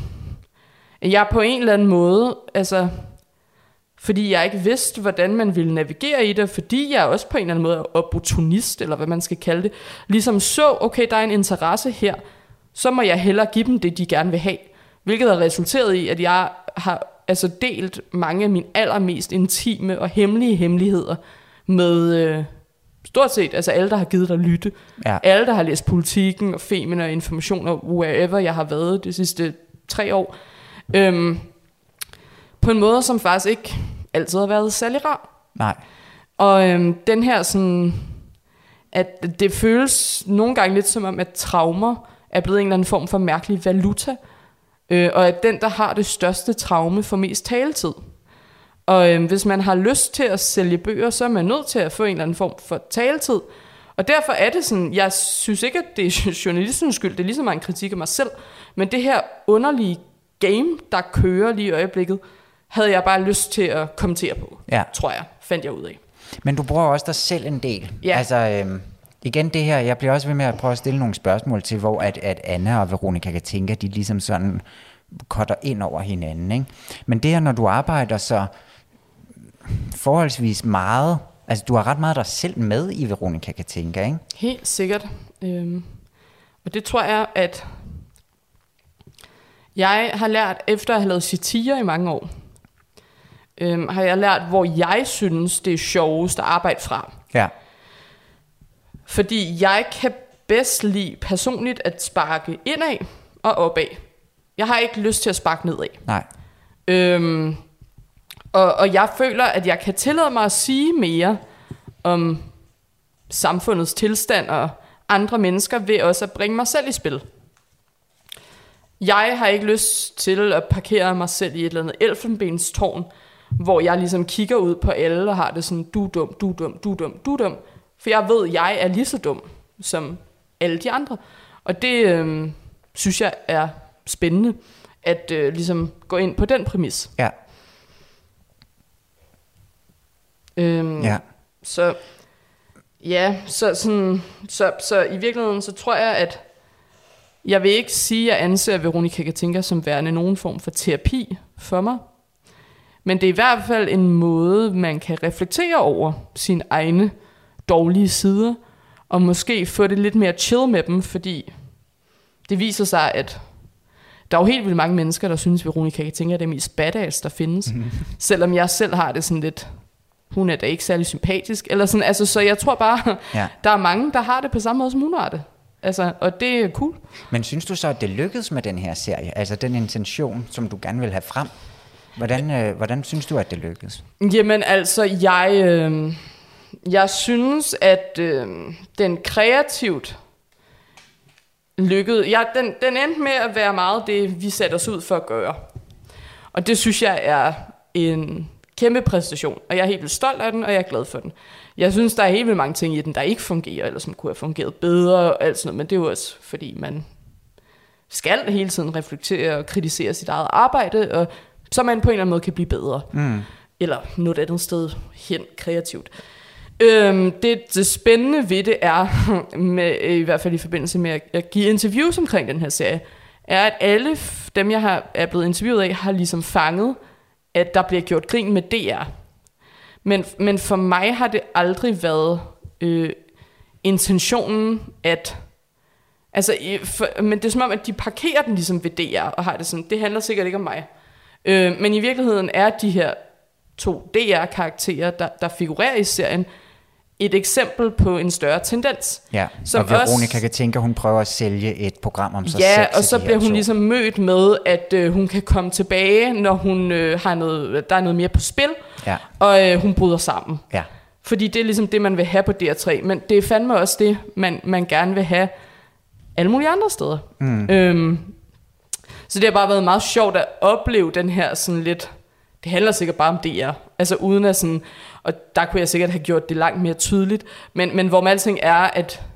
jeg på en eller anden måde, altså fordi jeg ikke vidste, hvordan man ville navigere i det, fordi jeg også på en eller anden måde er opportunist, eller hvad man skal kalde det, ligesom så, okay, der er en interesse her, så må jeg hellere give dem det, de gerne vil have. Hvilket har resulteret i, at jeg har altså delt mange af mine allermest intime og hemmelige hemmeligheder med stort set altså alle, der har givet dig lytte. Ja. Alle, der har læst Politikken og Femina og Information og wherever jeg har været de sidste 3 år. På en måde, som faktisk ikke altid har været særlig rar. Nej. Og den her sådan, at det føles nogle gange lidt som om, at traumer er blevet en eller anden form for mærkelig valuta. Og at den, der har det største traume, får mest taletid. Og hvis man har lyst til at sælge bøger, så er man nødt til at få en eller anden form for taletid. Og derfor er det sådan, jeg synes ikke, at det er journalistens skyld, det er ligesom en kritik af mig selv, men det her underlige game, der kører lige i øjeblikket, havde jeg bare lyst til at kommentere på, tror jeg, fandt jeg ud af. Men du bruger også dig selv en del. Ja. Altså, igen det her, jeg bliver også ved med at prøve at stille nogle spørgsmål til, hvor at Anna og Veronica kan tænke, at de ligesom sådan cutter ind over hinanden, ikke? Men det her, når du arbejder så forholdsvis meget, altså du har ret meget dig selv med i Veronica Katinka, ikke? Helt sikkert. Og det tror jeg, at jeg har lært, efter at have lavet satire i mange år, har jeg lært, hvor jeg synes, det er sjovest at arbejde fra. Ja. Fordi jeg kan bedst lide personligt at sparke indad og opad. Jeg har ikke lyst til at sparke nedad. Nej. Og jeg føler, at jeg kan tillade mig at sige mere om samfundets tilstand og andre mennesker ved også at bringe mig selv i spil. Jeg har ikke lyst til at parkere mig selv i et eller andet elfenbenstårn, hvor jeg ligesom kigger ud på alle og har det sådan, du er dum, du er dum, du er dum, du er dum. For jeg ved, at jeg er lige så dum som alle de andre. Og det synes jeg er spændende, at ligesom gå ind på den præmis. Ja. Så i virkeligheden så tror jeg, at jeg vil ikke sige, at jeg anser Veronica Katinka som værende nogen form for terapi for mig. Men det er i hvert fald en måde, man kan reflektere over sine egne dårlige sider, og måske få det lidt mere chill med dem, fordi det viser sig, at der er jo helt vildt mange mennesker, der synes, Veronica Katinka er det mest badass, der findes. Selvom jeg selv har det sådan lidt, hun er da ikke særlig sympatisk, eller sådan, altså, så jeg tror bare, der er mange, der har det på samme måde, som hun har det. Altså, og det er cool. Men synes du så, at det lykkedes med den her serie? Altså den intention, som du gerne vil have frem? Hvordan synes du, at det lykkedes? Jamen altså, jeg synes, at den kreativt lykkedes. Den endte med at være meget det, vi satte os ud for at gøre. Og det synes jeg er en kæmpe præstation, og jeg er helt vildt stolt af den, og jeg er glad for den. Jeg synes, der er helt vildt mange ting i den, der ikke fungerer, eller som kunne have fungeret bedre, og alt sådan noget, men det er jo også, fordi man skal hele tiden reflektere og kritisere sit eget arbejde, og så man på en eller anden måde kan blive bedre. Eller nå et andet sted hen kreativt. Det spændende ved det er, i hvert fald i forbindelse med at give interviews omkring den her serie, er, at alle dem, jeg er blevet interviewet af, har ligesom fanget, at der bliver gjort grin med DR. Men for mig har det aldrig været intentionen at... Altså, men det er som om, at de parkerer den ligesom ved DR, og har det sådan, det handler sikkert ikke om mig. Men i virkeligheden er de her 2 DR-karakterer, der figurerer i serien, et eksempel på en større tendens. Ja, som og Veronica Katinka, hun prøver at sælge et program om sig selv. Ja, og så bliver hun ligesom mødt med, at hun kan komme tilbage, når hun har der er noget mere på spil, og hun bryder sammen. Ja. Fordi det er ligesom det, man vil have på DR3, men det er fandme også det, man gerne vil have alle mulige andre steder. Så det har bare været meget sjovt at opleve den her sådan lidt, det handler sikkert bare om DR, altså uden at sådan, og der kunne jeg sikkert have gjort det langt mere tydeligt, men hvor man alting er,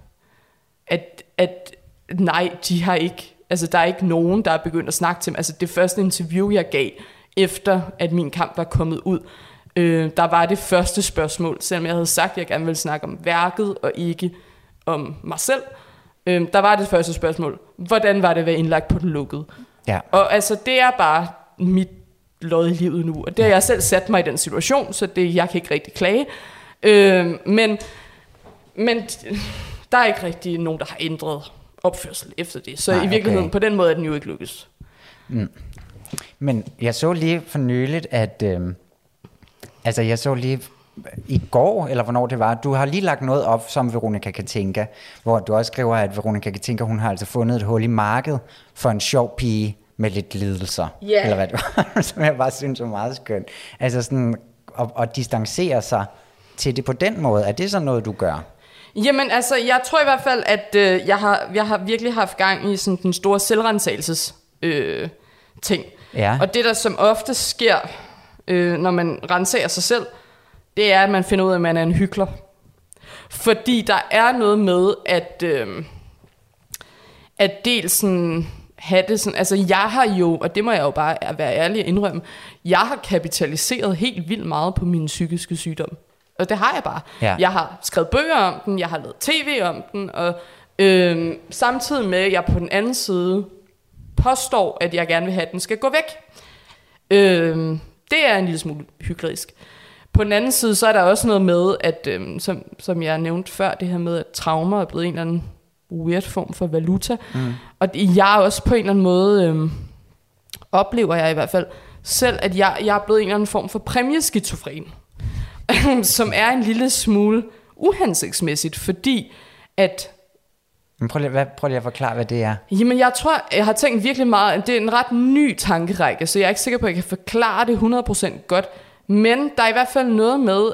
at nej, de har ikke, altså der er ikke nogen, der er begyndt at snakke til dem. Altså det første interview, jeg gav, efter at min kamp var kommet ud, der var det første spørgsmål, selvom jeg havde sagt, at jeg gerne ville snakke om værket, og ikke om mig selv. Der var det første spørgsmål, hvordan var det at være indlagt på den lukkede? Ja. Og altså det er bare mit lod i livet nu, og det har jeg selv sat mig i den situation, så jeg kan ikke rigtig klage. Men der er ikke rigtig nogen, der har ændret opførsel efter det, så i virkeligheden på den måde er den jo ikke lykkes. Men jeg så lige for nyligt, at jeg så lige i går, eller hvornår det var, du har lige lagt noget op som Veronica Katinka, hvor du også skriver, at Veronica Katinka, hun har altså fundet et hul i markedet for en sjov pige med lidt lidelser, eller hvad det var, som jeg bare synes var meget skønt. Altså sådan at distancere sig til det på den måde, er det så noget, du gør? Jamen altså, jeg tror i hvert fald, at jeg har virkelig haft gang i sådan den store selvrensagelses ting. Ja. Og det der som ofte sker, når man renser sig selv, det er, at man finder ud af, at man er en hykler. Fordi der er noget med, at dels sådan have det sådan, altså jeg har jo, og det må jeg jo bare være ærlig og indrømme, jeg har kapitaliseret helt vildt meget på min psykiske sygdom. Og det har jeg bare. Ja. Jeg har skrevet bøger om den, jeg har lavet tv om den, og samtidig med, at jeg på den anden side påstår, at jeg gerne vil have, at den skal gå væk. Det er en lille smule hyklerisk. På den anden side, så er der også noget med, at som jeg nævnte før, det her med, at traumer er blevet en eller anden weird form for valuta. Og jeg også på en eller anden måde, oplever jeg i hvert fald selv, at jeg er blevet en eller anden form for præmieskizofren, som er en lille smule uhensigtsmæssigt, fordi at... Prøv lige at forklare, hvad det er. Jamen jeg tror, jeg har tænkt virkelig meget, det er en ret ny tankerække, så jeg er ikke sikker på, at jeg kan forklare det 100% godt, men der er i hvert fald noget med,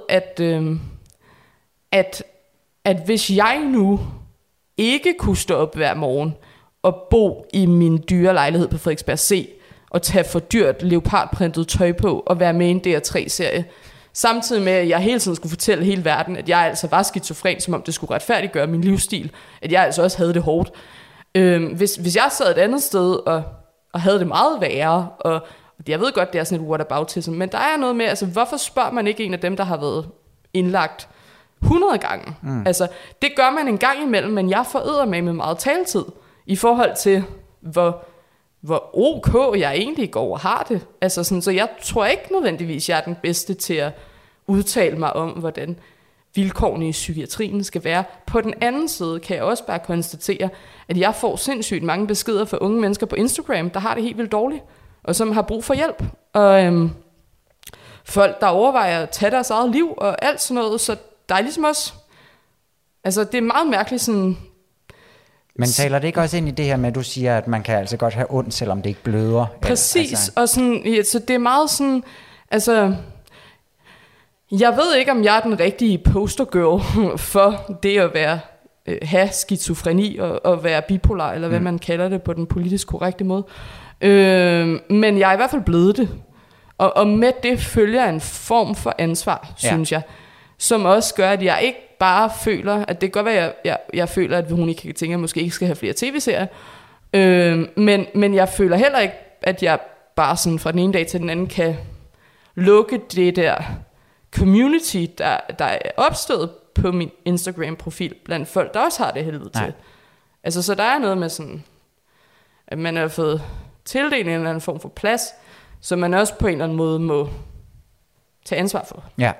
at hvis jeg nu ikke kunne stå op hver morgen og bo i min dyre lejlighed på Frederiksberg C og tage for dyrt leopardprintet tøj på og være med i en DR3-serie, samtidig med at jeg hele tiden skulle fortælle hele verden, at jeg altså var skizofren, som om det skulle retfærdiggøre min livsstil, at jeg altså også havde det hårdt. Hvis jeg sad et andet sted og havde det meget værre, og jeg ved godt, det er sådan et whataboutism, men der er noget med, altså hvorfor spørger man ikke en af dem, der har været indlagt 100 gange? Altså det gør man en gang imellem, men jeg forøder mig med meget taletid i forhold til hvor ok jeg egentlig går og har det. Altså sådan, så jeg tror ikke nødvendigvis, jeg er den bedste til at udtale mig om, hvordan vilkårene i psykiatrien skal være. På den anden side kan jeg også bare konstatere, at jeg får sindssygt mange beskeder fra unge mennesker på Instagram, der har det helt vildt dårligt, og som har brug for hjælp. Og folk, der overvejer at tage deres eget liv og alt sådan noget, så der er ligesom også... Altså, det er meget mærkeligt sådan... Men taler det ikke også ind i det her med, at du siger, at man kan altså godt have ondt, selvom det ikke bløder? Præcis, altså. Og sådan, ja, så det er meget sådan, altså, jeg ved ikke, om jeg er den rigtige postergirl for det at være, have skizofreni og være bipolar, eller hvad man kalder det på den politisk korrekte måde. Men jeg er i hvert fald blevet det. Og med det følger en form for ansvar, synes jeg, som også gør, at jeg ikke bare føler, at det kan godt være, at jeg føler, at Veronica Katinka måske ikke skal have flere tv-serier, men jeg føler heller ikke, at jeg bare sådan fra den ene dag til den anden kan lukke det der community, der er opstået på min Instagram-profil blandt folk, der også har det helvede til. Altså, så der er noget med sådan, at man har fået tildelt en eller anden form for plads, som man også på en eller anden måde må tage ansvar for. Ja. Eller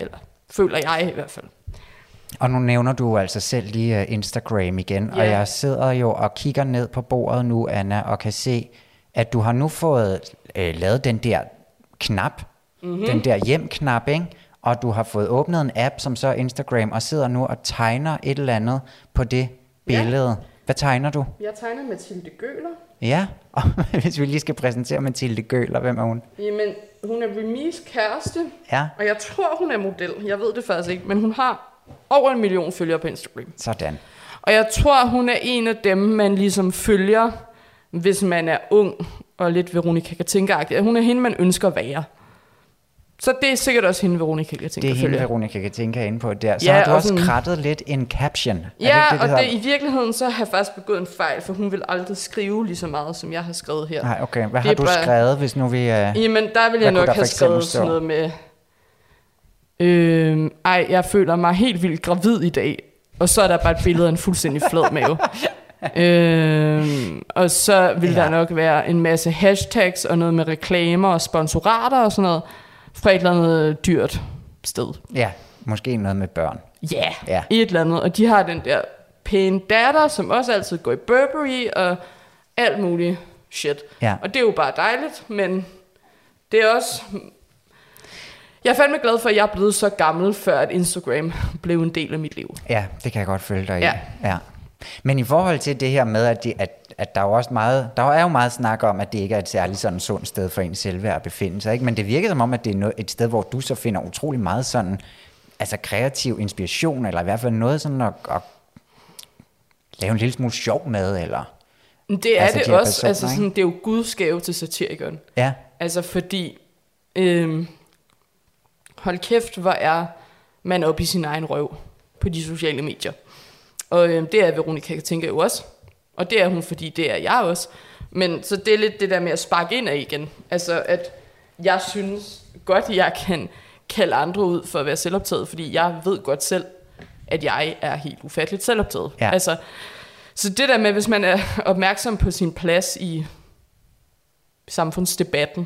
Føler jeg i hvert fald. Og nu nævner du altså selv lige Instagram igen, og jeg sidder jo og kigger ned på bordet nu, Anna, og kan se, at du har nu fået lavet den der knap, den der hjem-knap, ikke? Og du har fået åbnet en app, som så er Instagram, og sidder nu og tegner et eller andet på det billede. Ja. Hvad tegner du? Jeg tegner Mathilde Gøler. Ja, og hvis vi lige skal præsentere Mathilde Gøler, hvem er hun? Jamen, hun er Remis kæreste, ja. Og jeg tror, hun er model. Jeg ved det faktisk ikke, men hun har over 1 million følgere på Instagram. Sådan. Og jeg tror, hun er en af dem, man ligesom følger, hvis man er ung og lidt Veronica Katinka-agtig. Hun er hende, man ønsker at være. Så det er sikkert også hende, Veronica Katinka følger. Det er hende, Veronica Katinka inde på der. Så har du også sådan krattet lidt en caption. Ja, det, i virkeligheden så har jeg faktisk begået en fejl, for hun vil aldrig skrive lige så meget, som jeg har skrevet her. Nej, okay. Hvad har du skrevet, hvis nu vi... Jamen, der vil jeg nok have skrevet sådan noget med... jeg føler mig helt vildt gravid i dag. Og så er der bare et billede af en fuldstændig flad mave. Og så vil der nok være en masse hashtags og noget med reklamer og sponsorater og sådan noget fra et eller andet dyrt sted. Ja, måske noget med børn. Ja, et eller andet. Og de har den der pæne datter, som også altid går i Burberry og alt muligt shit. Ja. Og det er jo bare dejligt, men det er også... Jeg er fandme glad for, at jeg er blevet så gammel, før at Instagram blev en del af mit liv. Ja, det kan jeg godt følge dig i. Ja. Men i forhold til det her med, at der er jo også meget, der er jo meget snak om, at det ikke er et særligt sådan sundt sted for en selv at befinde sig, ikke? Men det virker som om, at det er et sted, hvor du så finder utrolig meget sådan, altså kreativ inspiration, eller i hvert fald noget sådan at lave en lille smule sjov med, eller... Det er altså, det også, altså sådan, det er jo Guds gave til satirikeren. Ja. Altså fordi, hold kæft, hvor er man oppe i sin egen røv på de sociale medier. Og det er Veronica Katinka jo også. Og det er hun, fordi det er jeg også. Men så det er lidt det der med at sparke ind af igen. Altså at jeg synes godt, jeg kan kalde andre ud for at være selvoptaget, fordi jeg ved godt selv, at jeg er helt ufatteligt selvoptaget. Ja. Altså, så det der med, hvis man er opmærksom på sin plads i samfundsdebatten,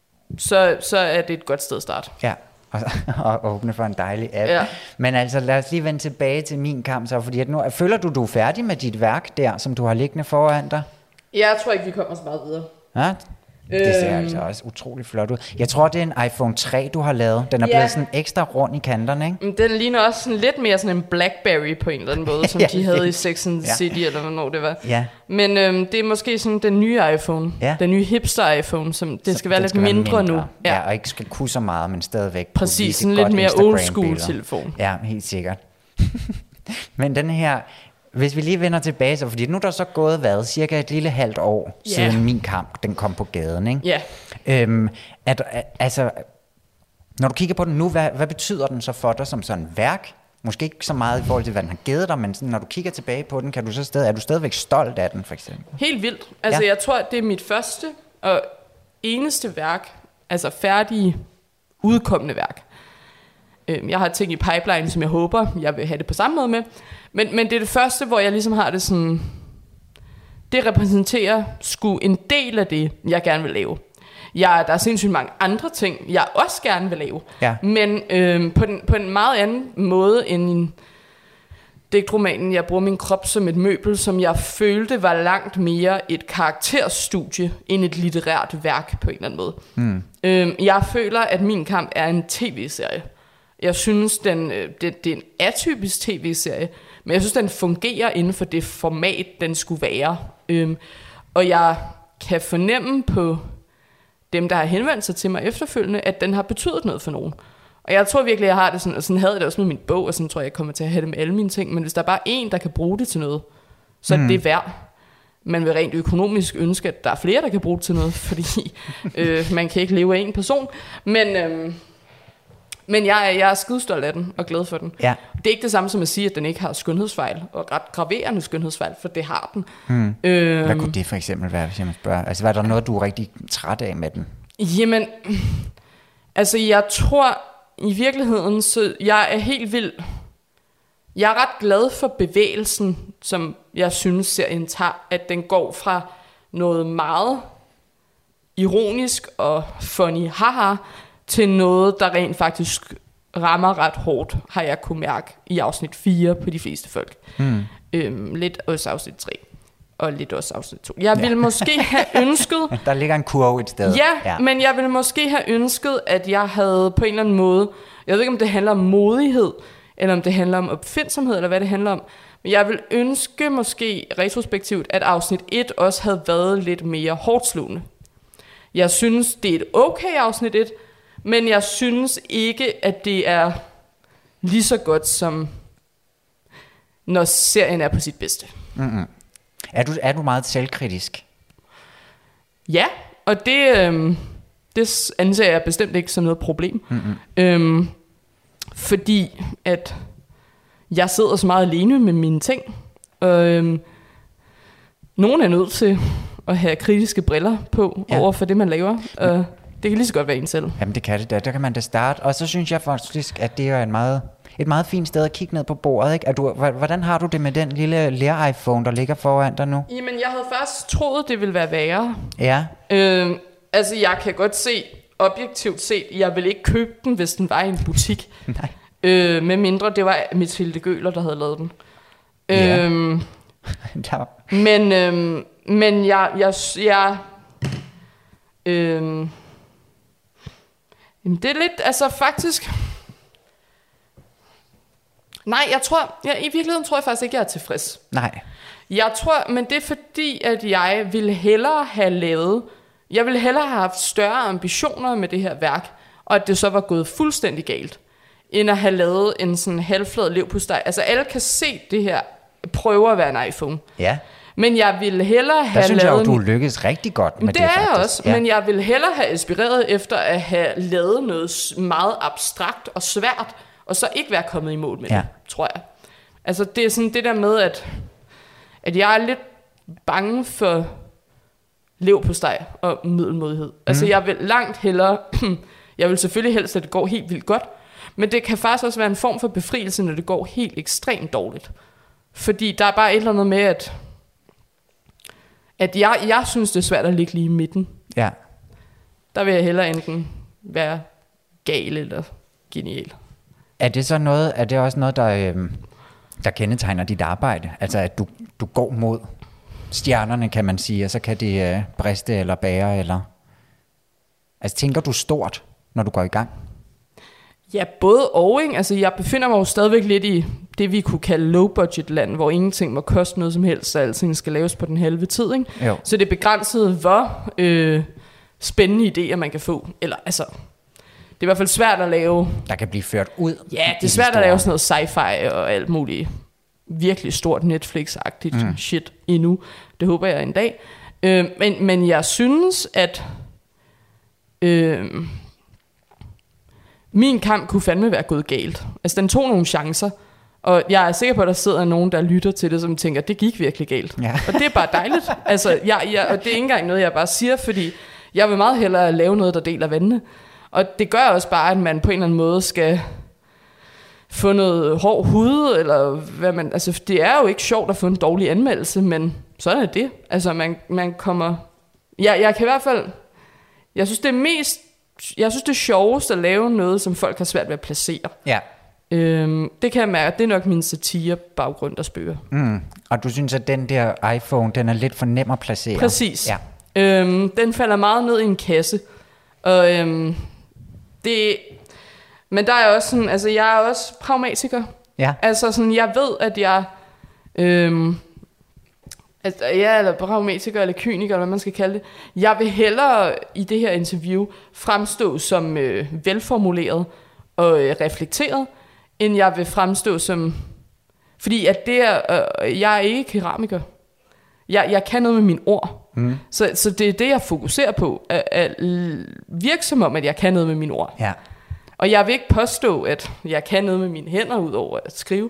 så er det et godt sted at starte. Ja. Og åbne for en dejlig app. Ja. Men altså, lad os lige vende tilbage til min kamp så, fordi at nu, føler du er færdig med dit værk der, som du har liggende foran dig? Jeg tror ikke, vi kommer så meget videre. Ja, det ser altså også utrolig flot ud. Jeg tror, det er en iPhone 3, du har lavet. Den er blevet sådan ekstra rund i kanterne, ikke? Den ligner også sådan lidt mere sådan en Blackberry på en eller anden måde, som de havde i Sex and the City, eller hvornår det var. Ja. Men det er måske sådan den nye iPhone, den nye hipster iPhone, som det skal være lidt mindre nu. Ja, og ikke skal kunne så meget, men stadigvæk. Præcis, sådan lidt mere old school telefon. Ja, helt sikkert. Men den her... Hvis vi lige vender tilbage, så, fordi nu er der så gået cirka et lille halvt år siden min kamp, den kom på gaden, ikke? Ja. Altså, når du kigger på den nu, hvad betyder den så for dig som sådan værk? Måske ikke så meget i forhold til, hvad den har givet dig, men sådan, når du kigger tilbage på den, er du stadigvæk stolt af den, for eksempel? Helt vildt. Altså, jeg tror, det er mit første og eneste værk, altså færdige, udkommende værk. Jeg har ting i pipeline, som jeg håber, jeg vil have det på samme måde med. Men det er det første, hvor jeg ligesom har det sådan... Det repræsenterer sgu en del af det, jeg gerne vil lave. Der er sindssygt mange andre ting, jeg også gerne vil lave. Ja. Men på en meget anden måde end digtromanen. Jeg bruger min krop som et møbel, som jeg følte var langt mere et karakterstudie end et litterært værk på en eller anden måde. Jeg føler, at min kamp er en tv-serie. Jeg synes, det er en atypisk tv-serie, men jeg synes, den fungerer inden for det format, den skulle være. Og jeg kan fornemme på dem, der har henvendt sig til mig efterfølgende, at den har betydet noget for nogen. Og jeg tror virkelig, jeg har det sådan, og sådan havde jeg det også med min bog, og sådan tror jeg kommer til at have det med alle mine ting. Men hvis der er bare en, der kan bruge det til noget, så er det værd. Man vil rent økonomisk ønske, at der er flere, der kan bruge det til noget, fordi man kan ikke leve af en person. Men jeg er skidestolt af den og glad for den. Ja. Det er ikke det samme som at sige, at den ikke har skønhedsfejl, og ret graverende skønhedsfejl, for det har den. Hvad kunne det for eksempel være, hvis jeg må spørge? Altså, hvad er der noget, du er rigtig træt af med den? Jamen, altså jeg tror i virkeligheden, så jeg er helt vild. Jeg er ret glad for bevægelsen, som jeg synes serien tager, at den går fra noget meget ironisk og funny haha, til noget, der rent faktisk rammer ret hårdt, har jeg kunne mærke i afsnit 4 på de fleste folk. Lidt også afsnit 3, og lidt også afsnit 2. Jeg ville måske have ønsket... Der ligger en kurve et sted. Ja, men jeg ville måske have ønsket, at jeg havde på en eller anden måde... Jeg ved ikke, om det handler om modighed, eller om det handler om opfindsomhed, eller hvad det handler om. Men jeg vil ønske måske retrospektivt, at afsnit 1 også havde været lidt mere hårdslående. Jeg synes, det er et okay afsnit 1, men jeg synes ikke, at det er lige så godt, som når serien er på sit bedste. Mm-hmm. Er du meget selvkritisk? Ja, og det anser jeg bestemt ikke som noget problem. Mm-hmm. Fordi at jeg sidder så meget alene med mine ting, og nogen er nødt til at have kritiske briller på over for det, man laver. Og det kan lige så godt være en selv. Jamen det kan det da. Der kan man da starte. Og så synes jeg faktisk, at det er et meget fint sted at kigge ned på bordet, ikke? Hvordan har du det med den lille lær-iPhone, der ligger foran dig nu? Jamen, jeg havde først troet, det ville være værre. Ja. Altså, jeg kan godt se, objektivt set, jeg vil ikke købe den, hvis den var i en butik. Nej. Med mindre det var Mathilde Gøler, der havde lavet den. Ja. Men jeg det er lidt, altså faktisk... Nej, i virkeligheden tror jeg faktisk ikke, jeg er tilfreds. Nej. Jeg tror, men det er fordi, at jeg ville hellere have haft større ambitioner med det her værk, og at det så var gået fuldstændig galt, end at have lavet en sådan halvflad leverpostej. Altså alle kan se det her, prøver at være en iPhone. Ja. Men jeg ville hellere have synes lavet... jeg jo, du lykkes rigtig godt med det er faktisk. Jeg også, men jeg ville hellere have inspireret efter at have lavet noget meget abstrakt og svært, og så ikke være kommet i mål med det, tror jeg. Altså det er sådan det der med, at jeg er lidt bange for leverpostej og middelmodighed. Altså jeg vil langt hellere, jeg vil selvfølgelig helst, at det går helt vildt godt, men det kan faktisk også være en form for befrielse, når det går helt ekstremt dårligt. Fordi der er bare et eller andet med, at jeg synes, det er svært at ligge lige i midten. Ja. Der vil jeg hellere enten være gal eller genial. Er det også noget, der kendetegner dit arbejde? Altså, at du går mod stjernerne, kan man sige, og så kan det briste eller bære, eller... Altså, tænker du stort, når du går i gang? Ja, både og, ikke? Altså, jeg befinder mig jo stadigvæk lidt i det, vi kunne kalde low-budget-land, hvor ingenting må koste noget som helst, så alting skal laves på den halve tid, ikke? Jo. Så det er begrænset, hvor spændende idéer man kan få. Eller, altså... Det er i hvert fald svært at lave... Der kan blive ført ud. Ja, det er svært at lave sådan noget sci-fi og alt muligt virkelig stort Netflix-agtigt shit endnu. Det håber jeg en dag. Men jeg synes, at min kamp kunne fandme være gået galt. Altså, den tog nogle chancer. Og jeg er sikker på, at der sidder nogen, der lytter til det, som tænker, det gik virkelig galt. Ja. Og det er bare dejligt. Altså, og det er ikke engang noget, jeg bare siger, fordi jeg vil meget hellere lave noget, der deler vandene. Og det gør også bare, at man på en eller anden måde skal få noget hård hud, eller hvad man... Altså, det er jo ikke sjovt at få en dårlig anmeldelse, men sådan er det. Altså, man kommer... Jeg kan i hvert fald... Jeg synes, det er sjovest at lave noget, som folk har svært ved at placere. Ja. Det kan jeg mærke, det er nok min satire-baggrund, der spøger. Og du synes, at den der iPhone, den er lidt for nem at placere? Præcis. Ja. Den falder meget ned i en kasse. Og men der er også sådan, altså jeg er også pragmatiker. Ja. Altså sådan, jeg ved, at jeg eller pragmatiker eller kyniker, eller hvad man skal kalde det. Jeg vil hellere i det her interview fremstå som velformuleret og reflekteret, end jeg vil fremstå som... Fordi at jeg er ikke keramiker. Jeg kan noget med mine ord. Så det er det, jeg fokuserer på. At virke som om, at jeg kan noget med mine ord. Ja. Og jeg vil ikke påstå, at jeg kan noget med mine hænder, udover at skrive.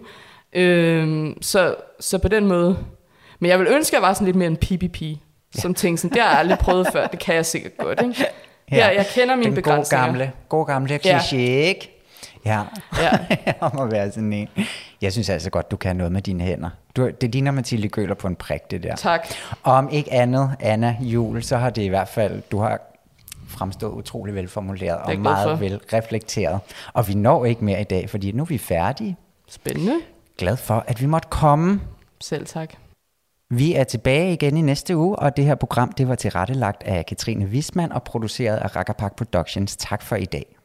Så på den måde... Men jeg vil ønske, at jeg var sådan lidt mere en pippi, som tænkte sådan, det har jeg aldrig prøvet før, det kan jeg sikkert godt, ikke? Ja, jeg kender mine begrænsninger. Den gode gamle kliché, ikke? Ja. Jeg må være sådan en. Jeg synes altså godt, du kan noget med dine hænder. Det ligner Mathilde Gøler på en prik, det der. Tak. Og om ikke andet, Anna Juhl, så har det i hvert fald, du har fremstået utrolig velformuleret og glad meget for. velreflekteret. Og vi når ikke mere i dag, fordi nu er vi færdige. Spændende. Glad for, at vi måtte komme. Selv tak. Vi er tilbage igen i næste uge, og det her program det var tilrettelagt af Katrine Wismann og produceret af Rakkerpak Productions. Tak for i dag.